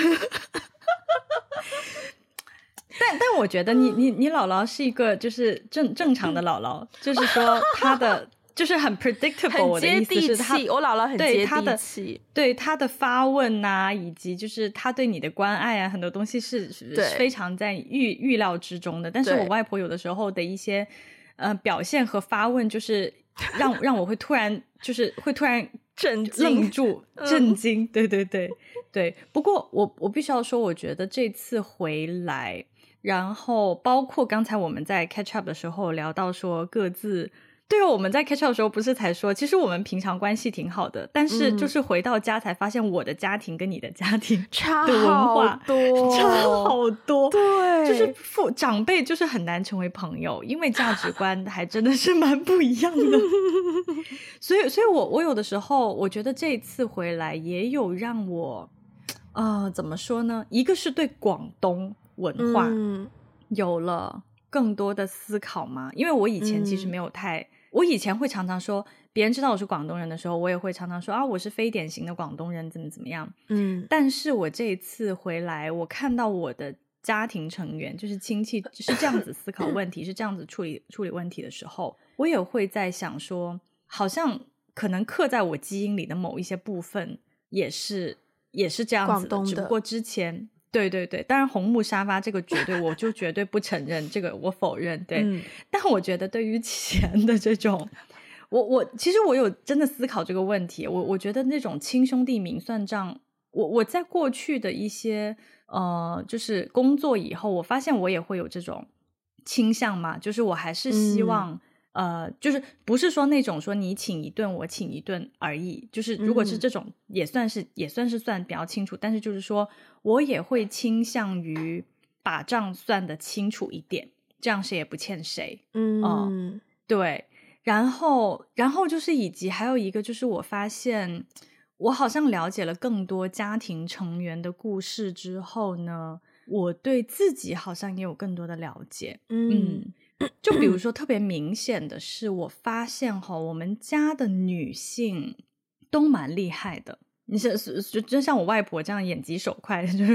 但我觉得你姥姥是一个就是正常的姥姥，就是说她的就是很 predictable， 我的意思是她， 我姥姥很接地气， 对她的发问啊，以及就是她对你的关爱啊，很多东西是非常在预料之中的。但是我外婆有的时候的一些表现和发问，就是让我会突然震惊愣住，震惊。对。不过我必须要说，我觉得这次回来，然后包括刚才我们在 catch up 的时候聊到说各自。对，我们在 catch up 的时候不是才说其实我们平常关系挺好的，但是就是回到家才发现我的家庭跟你的家庭差的文化差好多。 对， 就是长辈就是很难成为朋友，因为价值观还真的是蛮不一样的。所以我有的时候我觉得这一次回来也有让我怎么说呢，一个是对广东文化有了更多的思考嘛，因为我以前其实没有我以前会常常说，别人知道我是广东人的时候，我也会常常说啊，我是非典型的广东人，怎么样。但是我这一次回来，我看到我的家庭成员，就是亲戚是这样子思考问题，是这样子处理问题的时候，我也会在想说，好像可能刻在我基因里的某一些部分也是这样子的，只不过之前。对，当然红木沙发这个我就绝对不承认，这个我否认。对，但我觉得对于钱的这种，其实我有真的思考这个问题。我觉得那种亲兄弟明算账，我在过去的一些就是工作以后，我发现我也会有这种倾向嘛，就是我还是希望。就是不是说那种说你请一顿我请一顿而已，就是如果是这种也算是算比较清楚，但是就是说我也会倾向于把账算得清楚一点，这样谁也不欠谁。对，然后就是以及还有一个就是我发现我好像了解了更多家庭成员的故事之后呢，我对自己好像也有更多的了解。就比如说特别明显的是，我发现我们家的女性都蛮厉害的。你就像我外婆这样眼疾手快，就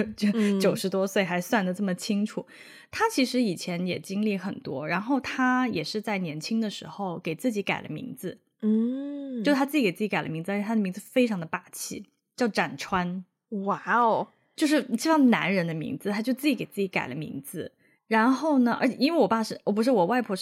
90多岁还算得这么清楚。她其实以前也经历很多，然后她也是在年轻的时候给自己改了名字。就她自己给自己改了名字，而且她的名字非常的霸气，叫展川。 哇哦， 就是像男人的名字，她就自己给自己改了名字。然后呢，而且因为我外婆是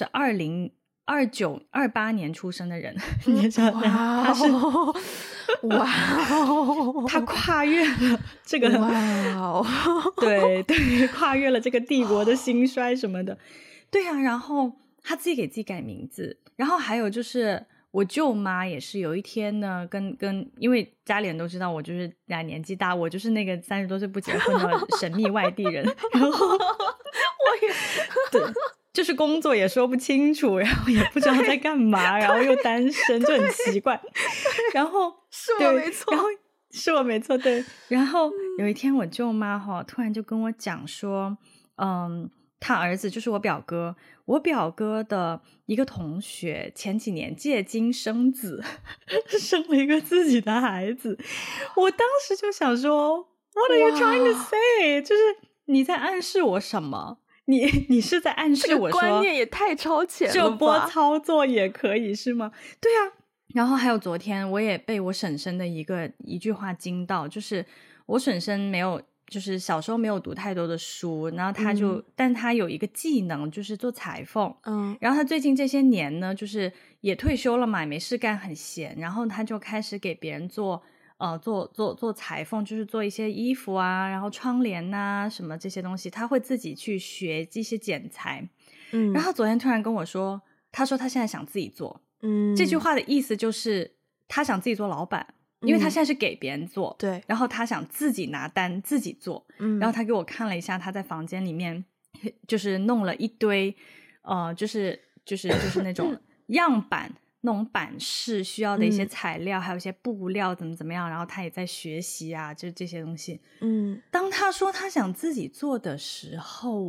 2029、28年出生的人，你知道吗？她是哇哦， 她跨越了这个哇哦， 对，跨越了这个帝国的兴衰什么的。对啊，然后她自己给自己改名字，然后还有就是我舅妈也是有一天呢，因为家里人都知道我就是年纪大，我就是那个30多岁不结婚的神秘外地人，然后我也对，就是工作也说不清楚，然后也不知道在干嘛，然后又单身，就很奇怪。然后是我没错， 然后是我没错，对。然后有一天我舅妈突然就跟我讲说，他儿子就是我表哥的一个同学前几年借精生子生了一个自己的孩子。我当时就想说 What are you trying to say？ 就是你在暗示我什么？你是在暗示我说， 这个观念也太超前了吧， 这波操作也可以是吗？对啊。然后还有昨天我也被我婶婶的一句话惊到，就是我婶婶没有，就是小时候没有读太多的书，然后她就但她有一个技能就是做裁缝，然后她最近这些年呢就是也退休了嘛，也没事干，很闲，然后她就开始给别人做裁缝，就是做一些衣服啊，然后窗帘啊什么这些东西，她会自己去学这些剪裁。然后昨天突然跟我说，她说她现在想自己做。这句话的意思就是她想自己做老板，因为她现在是给别人做， 对， 然后她想自己拿单自己做。然后她给我看了一下她在房间里面就是弄了一堆就是那种样板，那种版式需要的一些材料，还有一些布料怎么样，然后他也在学习啊，就这些东西。当他说他想自己做的时候，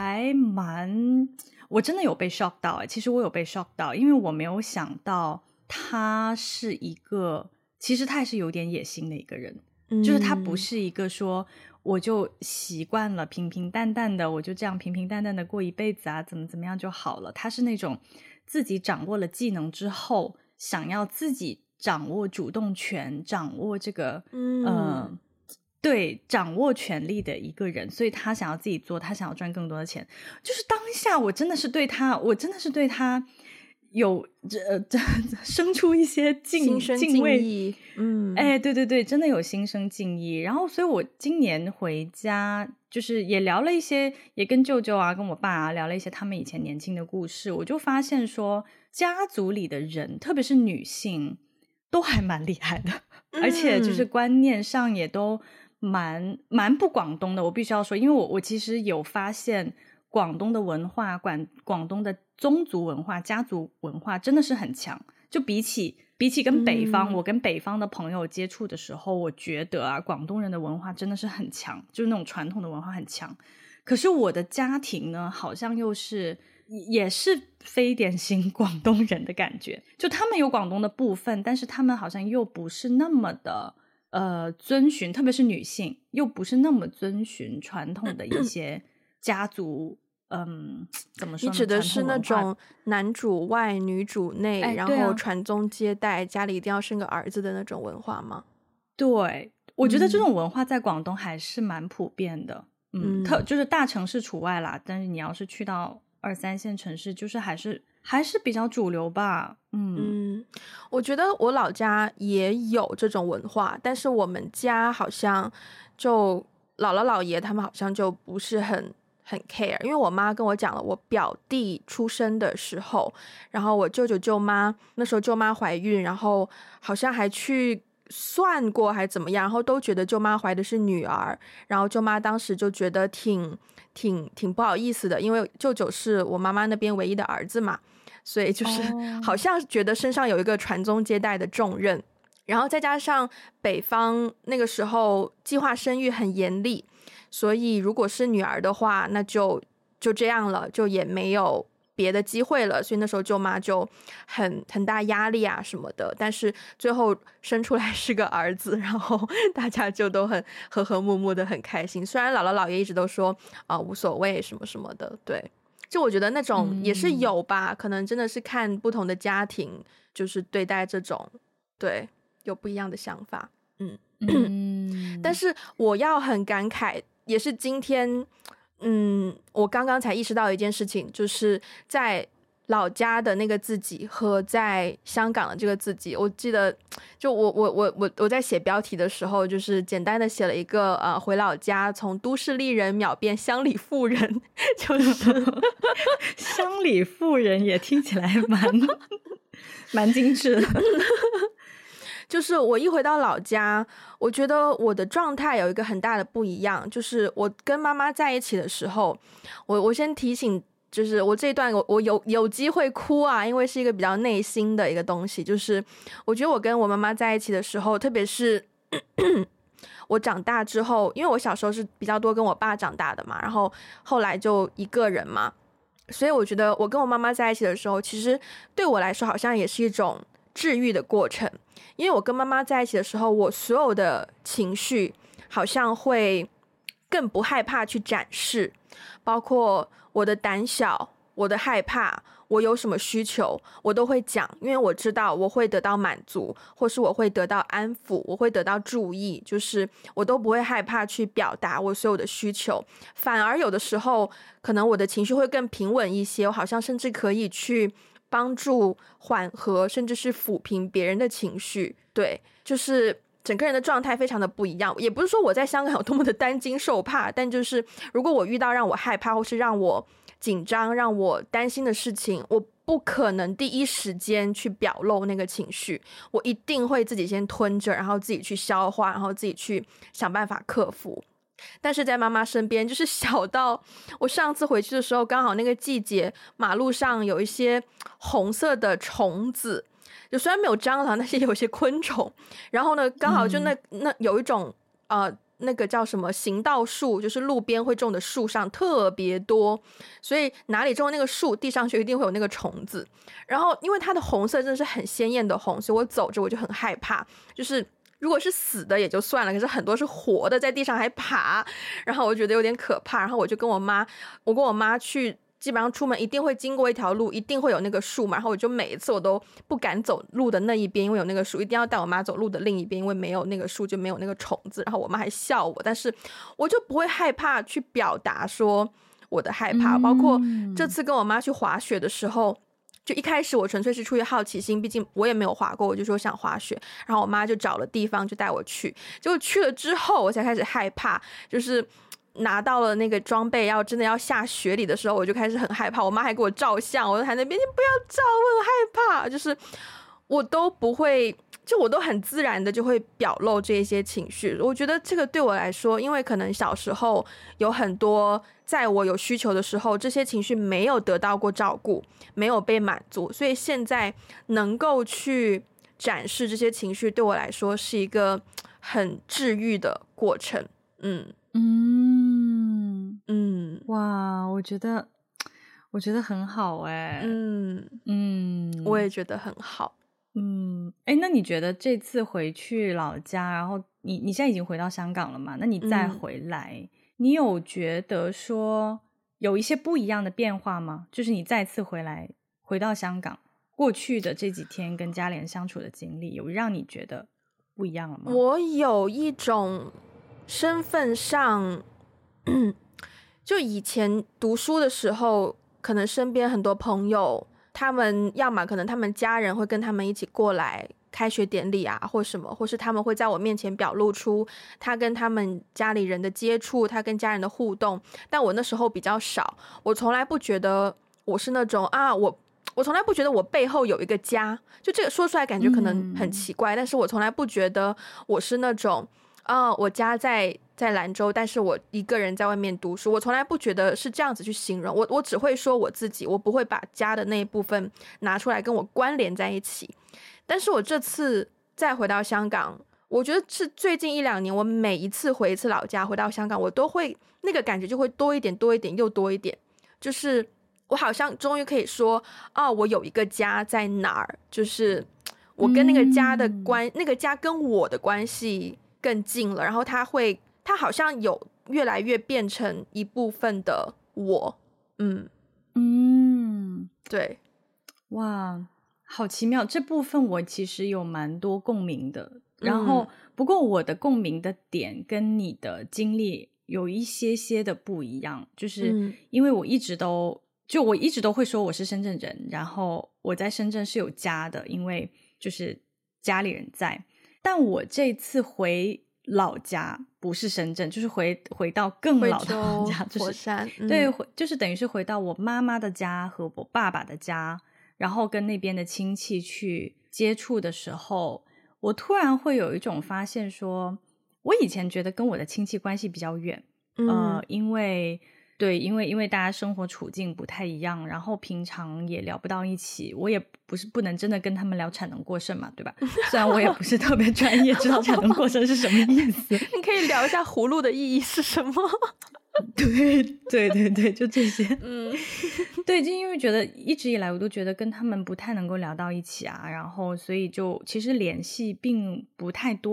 我真的有被 shock 到其实我有被 shock 到，因为我没有想到他是一个，其实他也是有点野心的一个人，就是他不是一个说我就习惯了平平淡淡的，我就这样平平淡淡的过一辈子啊，怎么样就好了。他是那种自己掌握了技能之后，想要自己掌握主动权，掌握这个对，掌握权力的一个人，所以他想要自己做，他想要赚更多的钱。就是当下我真的是对他有生出一些敬畏，对，真的有心生敬意。然后所以我今年回家就是也聊了一些，也跟舅舅啊跟我爸啊聊了一些他们以前年轻的故事，我就发现说家族里的人特别是女性都还蛮厉害的，而且就是观念上也都蛮不广东的。我必须要说，因为我其实有发现广东的文化，广东的宗族文化、家族文化真的是很强。就比起跟北方，我跟北方的朋友接触的时候，我觉得啊，广东人的文化真的是很强，就是那种传统的文化很强。可是我的家庭呢，好像也是非典型广东人的感觉，就他们有广东的部分，但是他们好像又不是那么的遵循，特别是女性又不是那么遵循传统的一些家族怎么说呢？ 你指的是那种男主外女主内，然后传宗接代，家里一定要生个儿子的那种文化吗？ 对，我觉得这种文化在广东还是蛮普遍的。就是大城市除外啦，但是你要是去到2、3线城市，就是还是比较主流吧。 我觉得我老家也有这种文化，但是我们家好像就姥姥姥爷他们好像就不是很 care。 因为我妈跟我讲了，我表弟出生的时候，然后我舅舅舅妈那时候舅妈怀孕，然后好像还去算过还怎么样，然后都觉得舅妈怀的是女儿，然后舅妈当时就觉得挺不好意思的，因为舅舅是我妈妈那边唯一的儿子嘛，所以就是好像觉得身上有一个传宗接代的重任。然后再加上北方那个时候计划生育很严厉，所以如果是女儿的话，那就这样了，就也没有别的机会了，所以那时候舅妈就很大压力啊什么的。但是最后生出来是个儿子，然后大家就都很和和睦睦的，很开心。虽然姥姥姥爷一直都说无所谓什么什么的，对，就我觉得那种也是有吧，可能真的是看不同的家庭，就是对待这种，对，有不一样的想法。但是我要很感慨，也是今天我刚刚才意识到一件事情，就是在老家的那个自己和在香港的这个自己。我记得就我在写标题的时候，就是简单的写了一个回老家从都市丽人秒变乡里妇人，就是乡里妇人也听起来蛮精致的。 就是我一回到老家，我觉得我的状态有一个很大的不一样，就是我跟妈妈在一起的时候，我先提醒，就是我这一段我有机会哭啊，因为是一个比较内心的一个东西。就是我觉得我跟我妈妈在一起的时候，特别是我长大之后，因为我小时候是比较多跟我爸长大的嘛，然后后来就一个人嘛，所以我觉得我跟我妈妈在一起的时候，其实对我来说好像也是一种治愈的过程。因为我跟妈妈在一起的时候，我所有的情绪好像会更不害怕去展示，包括我的胆小，我的害怕，我有什么需求我都会讲，因为我知道我会得到满足，或是我会得到安抚，我会得到注意，就是我都不会害怕去表达我所有的需求，反而有的时候可能我的情绪会更平稳一些，我好像甚至可以去帮助缓和甚至是抚平别人的情绪。对，就是整个人的状态非常的不一样。也不是说我在香港有多么的担惊受怕，但就是如果我遇到让我害怕或是让我紧张让我担心的事情，我不可能第一时间去表露那个情绪，我一定会自己先吞着，然后自己去消化，然后自己去想办法克服。但是在妈妈身边，就是小到我上次回去的时候，刚好那个季节马路上有一些红色的虫子，就虽然没有蟑螂，但是有一些昆虫，然后呢刚好就那有一种那个叫什么行道树，就是路边会种的树上特别多，所以哪里种那个树地上就一定会有那个虫子。然后因为它的红色真的是很鲜艳的红，所以我走着我就很害怕，就是如果是死的也就算了，可是很多是活的在地上还爬，然后我觉得有点可怕。然后我跟我妈去，基本上出门一定会经过一条路，一定会有那个树嘛，然后我就每一次我都不敢走路的那一边，因为有那个树，一定要带我妈走路的另一边，因为没有那个树就没有那个虫子。然后我妈还笑我，但是我就不会害怕去表达说我的害怕。包括这次跟我妈去滑雪的时候，就一开始我纯粹是出于好奇心，毕竟我也没有滑过，我就说想滑雪，然后我妈就找了地方就带我去，结果去了之后我才开始害怕，就是拿到了那个装备真的要下雪里的时候，我就开始很害怕。我妈还给我照相，我就在那边你不要照，我很害怕。就是我都不会，就我都很自然的就会表露这些情绪。我觉得这个对我来说，因为可能小时候有很多在我有需求的时候，这些情绪没有得到过照顾，没有被满足，所以现在能够去展示这些情绪，对我来说是一个很治愈的过程。 哇，我觉得很好哎。 我也觉得很好。 那你觉得这次回去老家，然后你现在已经回到香港了嘛？那你再回来，你有觉得说有一些不一样的变化吗？就是你再次回到香港，过去的这几天跟家里人相处的经历，有让你觉得不一样了吗？ 我有一种身份上就以前读书的时候，可能身边很多朋友，他们要么可能他们家人会跟他们一起过来开学典礼啊或什么，或是他们会在我面前表露出他跟他们家里人的接触，他跟家人的互动，但我那时候比较少，我从来不觉得我是那种我从来不觉得我背后有一个家，就这个说出来感觉可能很奇怪，但是我从来不觉得我是那种我家在兰州，但是我一个人在外面读书，我从来不觉得是这样子去形容，我只会说我自己，我不会把家的那一部分拿出来跟我关联在一起。但是我这次再回到香港，我觉得是最近1-2年，我每一次回一次老家，回到香港，我都会那个感觉就会多一点又多一点，就是我好像终于可以说我有一个家在哪儿，就是我跟那个家的那个家跟我的关系更近了，然后它好像有越来越变成一部分的我。对， 哇，好奇妙，这部分我其实有蛮多共鸣的，然后不过我的共鸣的点跟你的经历有一些的不一样，就是因为我一直都会说我是深圳人，然后我在深圳是有家的，因为就是家里人在，但我这次回老家不是深圳，就是回到更老的老家，就是佛山， 对，就是等于是回到我妈妈的家和我爸爸的家，然后跟那边的亲戚去接触的时候，我突然会有一种发现说，我以前觉得跟我的亲戚关系比较远，因为大家生活处境不太一样，然后平常也聊不到一起，我也不能真的跟他们聊产能过剩嘛，对吧？虽然我也不是特别专业知道产能过剩是什么意思。 你可以聊一下葫芦的意义是什么。 对，就这些。对，就因为觉得一直以来我都觉得跟他们不太能够聊到一起啊，然后所以就其实联系并不太多。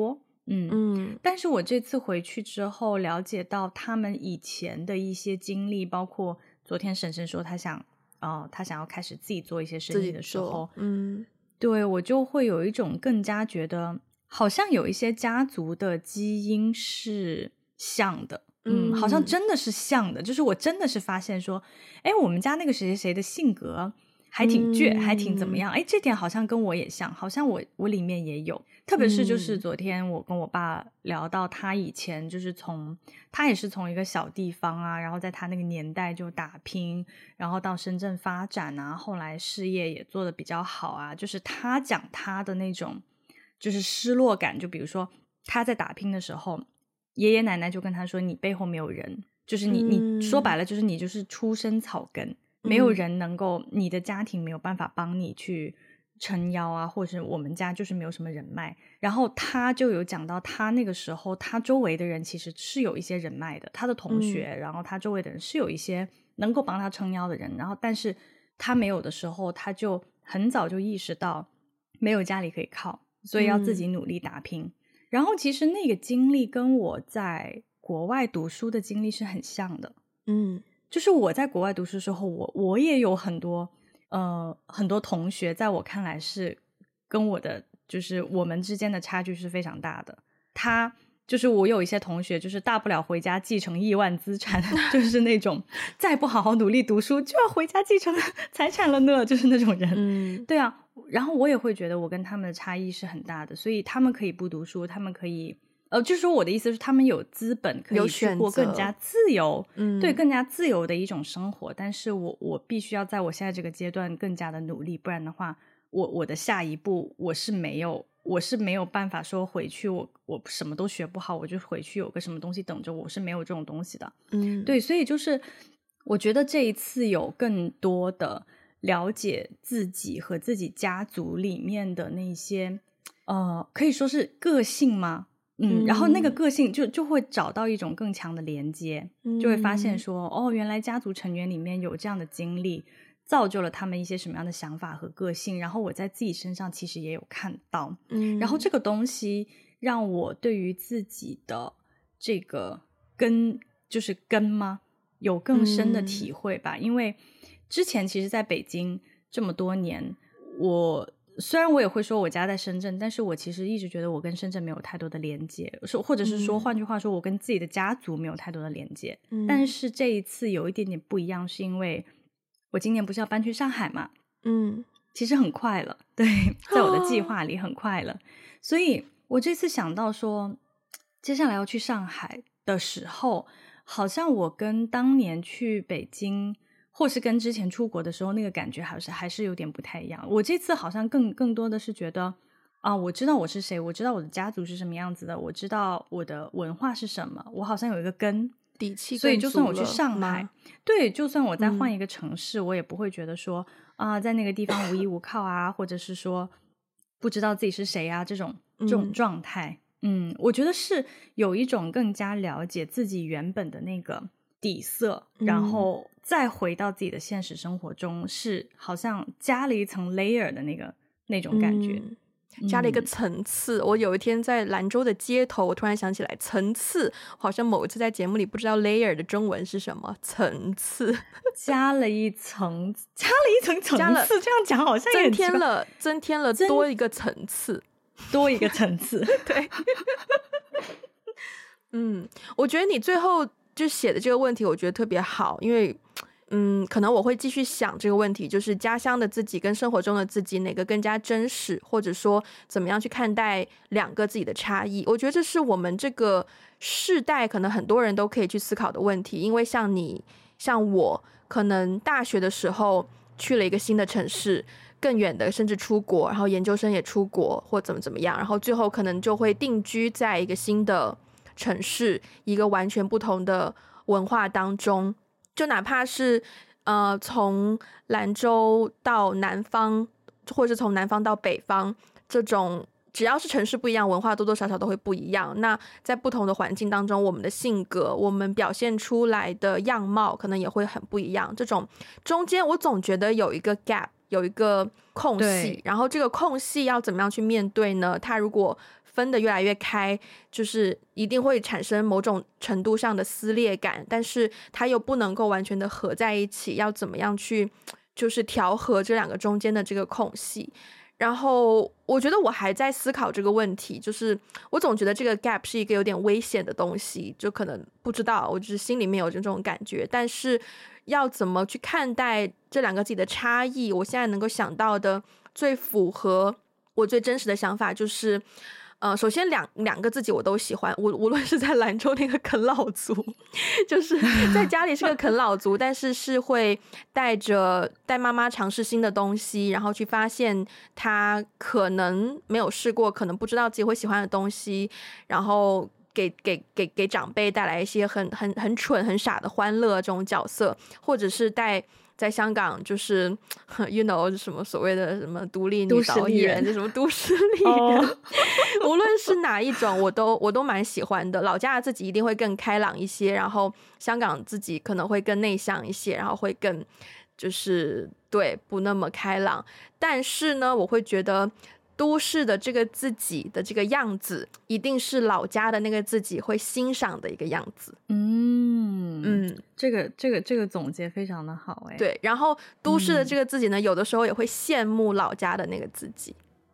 但是我这次回去之后了解到他们以前的一些经历，包括昨天婶婶说他想要开始自己做一些生意的时候，对，我就会有一种更加觉得好像有一些家族的基因是像的，好像真的是像的，就是我真的是发现说，哎，我们家那个谁谁谁的性格还挺倔，还挺怎么样，哎，这点好像跟我也像，好像我里面也有。特别是就是昨天我跟我爸聊到他以前就是他也是从一个小地方啊，然后在他那个年代就打拼，然后到深圳发展啊，后来事业也做得比较好啊，就是他讲他的那种就是失落感，就比如说他在打拼的时候，爷爷奶奶就跟他说你背后没有人，就是你说白了就是你就是出身草根，没有人能够，你的家庭没有办法帮你去撑腰啊，或者我们家就是没有什么人脉。然后他就有讲到他那个时候他周围的人其实是有一些人脉的，他的同学，然后他周围的人是有一些能够帮他撑腰的人，然后但是他没有的时候，他就很早就意识到没有家里可以靠，所以要自己努力打拼。然后其实那个经历跟我在国外读书的经历是很像的，就是我在国外读书的时候，我也有很多同学，在我看来是跟我的就是我们之间的差距是非常大的。他就是我有一些同学，就是大不了回家继承亿万资产，就是那种再不好好努力读书就要回家继承财产了呢，就是那种人。对啊，然后我也会觉得我跟他们的差异是很大的，所以他们可以不读书，他们可以就是说我的意思是他们有资本可以去过更加自由，对，更加自由的一种生活。但是我必须要在我现在这个阶段更加的努力，不然的话我的下一步我是没有办法说回去我什么都学不好，我就回去有个什么东西等着我是没有这种东西的。对，所以就是我觉得这一次有更多的了解自己和自己家族里面的那些可以说是个性吗？然后那个个性就会找到一种更强的连接，就会发现说原来家族成员里面有这样的经历，造就了他们一些什么样的想法和个性，然后我在自己身上其实也有看到。然后这个东西让我对于自己的这个根吗有更深的体会吧。因为之前其实在北京这么多年，虽然我也会说我家在深圳，但是我其实一直觉得我跟深圳没有太多的连接，或者是说换句话说我跟自己的家族没有太多的连接。但是这一次有一点点不一样，是因为我今年不是要搬去上海嘛，其实很快了，对，在我的计划里很快了。所以我这次想到说接下来要去上海的时候，好像我跟当年去北京或是跟之前出国的时候那个感觉还是有点不太一样。我这次好像更多的是觉得我知道我是谁，我知道我的家族是什么样子的，我知道我的文化是什么，我好像有一个根底气， 所以就算我去上海，对，就算我再换一个城市，我也不会觉得说在那个地方无依无靠啊，或者是说不知道自己是谁啊这种状态。我觉得是有一种更加了解自己原本的那个底色，然后再回到自己的现实生活中，是好像加了一层 layer 的那种感觉， 加了一个层次。我有一天在兰州的街头，我突然想起来层次，好像某一次在节目里不知道 layer 的中文是什么，层次加了一层层次，这样讲好像也增添了多一个层次， 多一个层次对我觉得你最后就写的这个问题我觉得特别好，因为可能我会继续想这个问题，就是家乡的自己跟生活中的自己哪个更加真实，或者说怎么样去看待两个自己的差异。我觉得这是我们这个世代可能很多人都可以去思考的问题。因为像你像我可能大学的时候去了一个新的城市，更远的甚至出国，然后研究生也出国或怎么样，然后最后可能就会定居在一个新的城市，一个完全不同的文化当中。就哪怕是从兰州到南方，或是从南方到北方，这种只要是城市不一样，文化多多少少都会不一样。那在不同的环境当中，我们的性格，我们表现出来的样貌可能也会很不一样。这种中间我总觉得有一个 gap， 有一个空隙，然后这个空隙要怎么样去面对呢？它如果分得越来越开，就是一定会产生某种程度上的撕裂感，但是它又不能够完全的合在一起，要怎么样去就是调和这两个中间的这个空隙。然后我觉得我还在思考这个问题，就是我总觉得这个 gap 是一个有点危险的东西，就可能不知道，我就是心里面有这种感觉，但是要怎么去看待这两个自己的差异，我现在能够想到的最符合我最真实的想法就是首先两个自己我都喜欢，无论是在兰州那个啃老族，就是在家里是个啃老族，但是会带妈妈尝试新的东西，然后去发现他可能没有试过，可能不知道自己会喜欢的东西，然后给长辈带来一些很蠢很傻的欢乐这种角色，或者是在香港就是 you know 什么所谓的什么独立女导演，什么都市丽人无论是哪一种我都蛮喜欢的。老家的自己一定会更开朗一些，然后香港自己可能会更内向一些，然后会更就是对不那么开朗。但是呢我会觉得都市的这个自己的这个样子一定是老家的那个自己会欣赏的一个样子。 这个总结非常的好哎。 对，然后都市的这个自己呢有的时候也会羡慕老家的那个自己。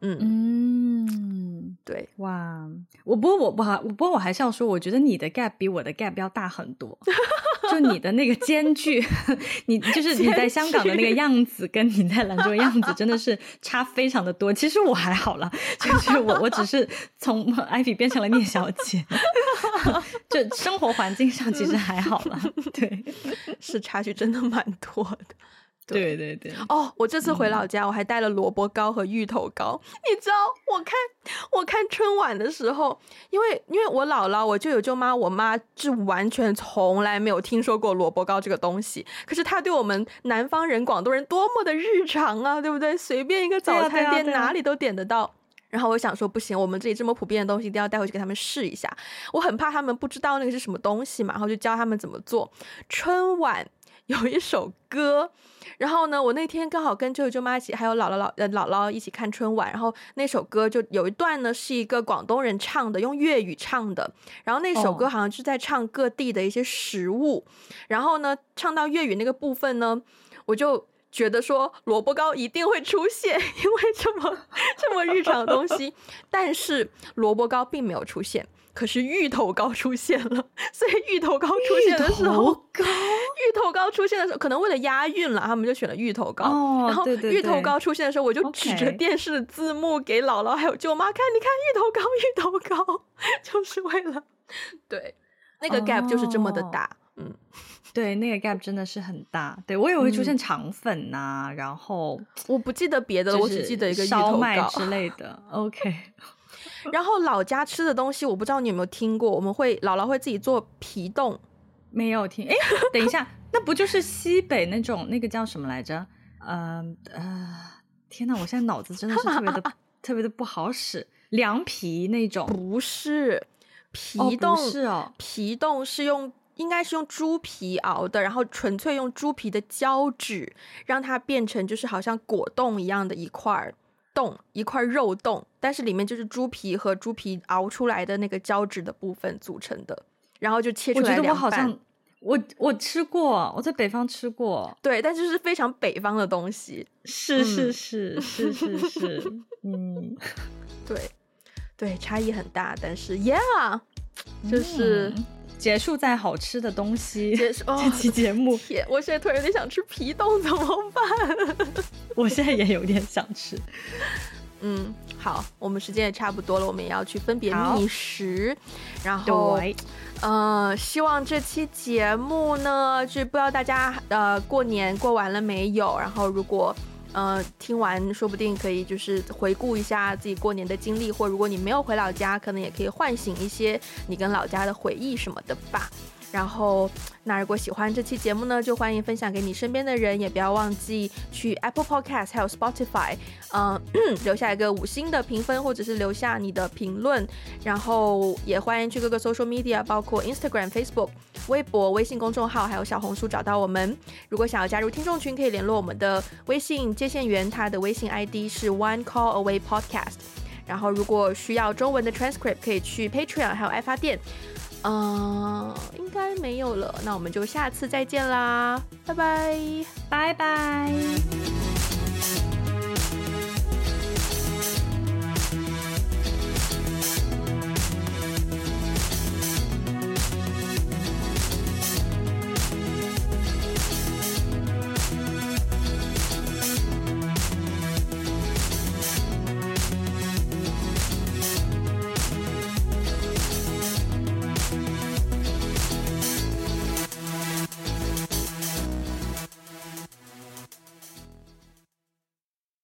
对， 哇，不过我还是要说，我觉得你的 gap 比我的 gap 要大很多。就你的那个间距，你在香港的那个样子，跟你在兰州的样子真的是差非常的多。其实我还好啦，就是我只是从Ivy 变成了聂小姐，就生活环境上其实还好啦。对， 是差距真的蛮多的。 对对对。 哦，我这次回老家我还带了萝卜糕和芋头糕。你知道我看春晚的时候，因为我姥姥我舅舅舅妈我妈是完全从来没有听说过萝卜糕这个东西，可是她对我们南方人广东人多么的日常啊，对不对？随便一个早餐店哪里都点得到。然后我想说不行，我们这里这么普遍的东西一定要带回去给他们试一下，我很怕他们不知道那个是什么东西嘛，然后就教他们怎么做。春晚有一首歌，然后呢我那天刚好跟舅舅舅妈一起还有姥姥一起看春晚，然后那首歌就有一段呢是一个广东人唱的，用粤语唱的，然后那首歌好像是在唱各地的一些食物，然后呢唱到粤语那个部分呢，我就觉得说萝卜糕一定会出现，因为这么日常的东西，但是萝卜糕并没有出现，可是芋头糕出现了。所以芋头糕出现的时候，可能为了押韵了，他们就选了芋头糕。然后芋头糕出现的时候，我就指着电视的字幕给姥姥还有舅妈看，你看芋头糕就是为了对那个 gap 就是这么的大。 对，那个 gap 真的是很大。对，我也会出现肠粉啊，然后我不记得别的了，我只记得一个芋头糕烧麦之类的。OK。 然后老家吃的东西我不知道你有没有听过，姥姥会自己做皮冻。 没有听。等一下，那不就是西北那种那个叫什么来着？天哪，我现在脑子真的是特别的不好使。凉皮那种？不是，皮冻不是哦， 皮冻是应该是用猪皮熬的，然后纯粹用猪皮的胶质让它变成就是好像果冻一样的一块肉冻，但是里面就是猪皮和猪皮熬出来的那个胶质的部分组成的，然后就切出来凉拌。我觉得我好像我吃过，我在北方吃过。 对，但就是非常北方的东西。 是对，差异很大，但是 yeah 就是结束在好吃的东西。这期节目我现在突然有点想吃皮冻，怎么办？ 我现在也有点想吃。 好，我们时间也差不多了，我们也要去分别觅食。然后希望这期节目呢，就不知道大家过年过完了没有，然后如果听完说不定可以就是回顾一下自己过年的经历，或如果你没有回老家，可能也可以唤醒一些你跟老家的回忆什么的吧。然后那如果喜欢这期节目呢，就欢迎分享给你身边的人，也不要忘记去 Apple Podcast 还有 Spotify 留下一个5星的评分，或者是留下你的评论。然后也欢迎去各个 social media 包括 Instagram、Facebook、微博、微信公众号还有小红书找到我们。如果想要加入听众群，可以联络我们的微信接线员，他的微信 ID 是 One Call Away Podcast。 然后如果需要中文的 transcript 可以去 Patreon 还有爱发电。应该没有了，那我们就下次再见啦，拜拜， 拜拜。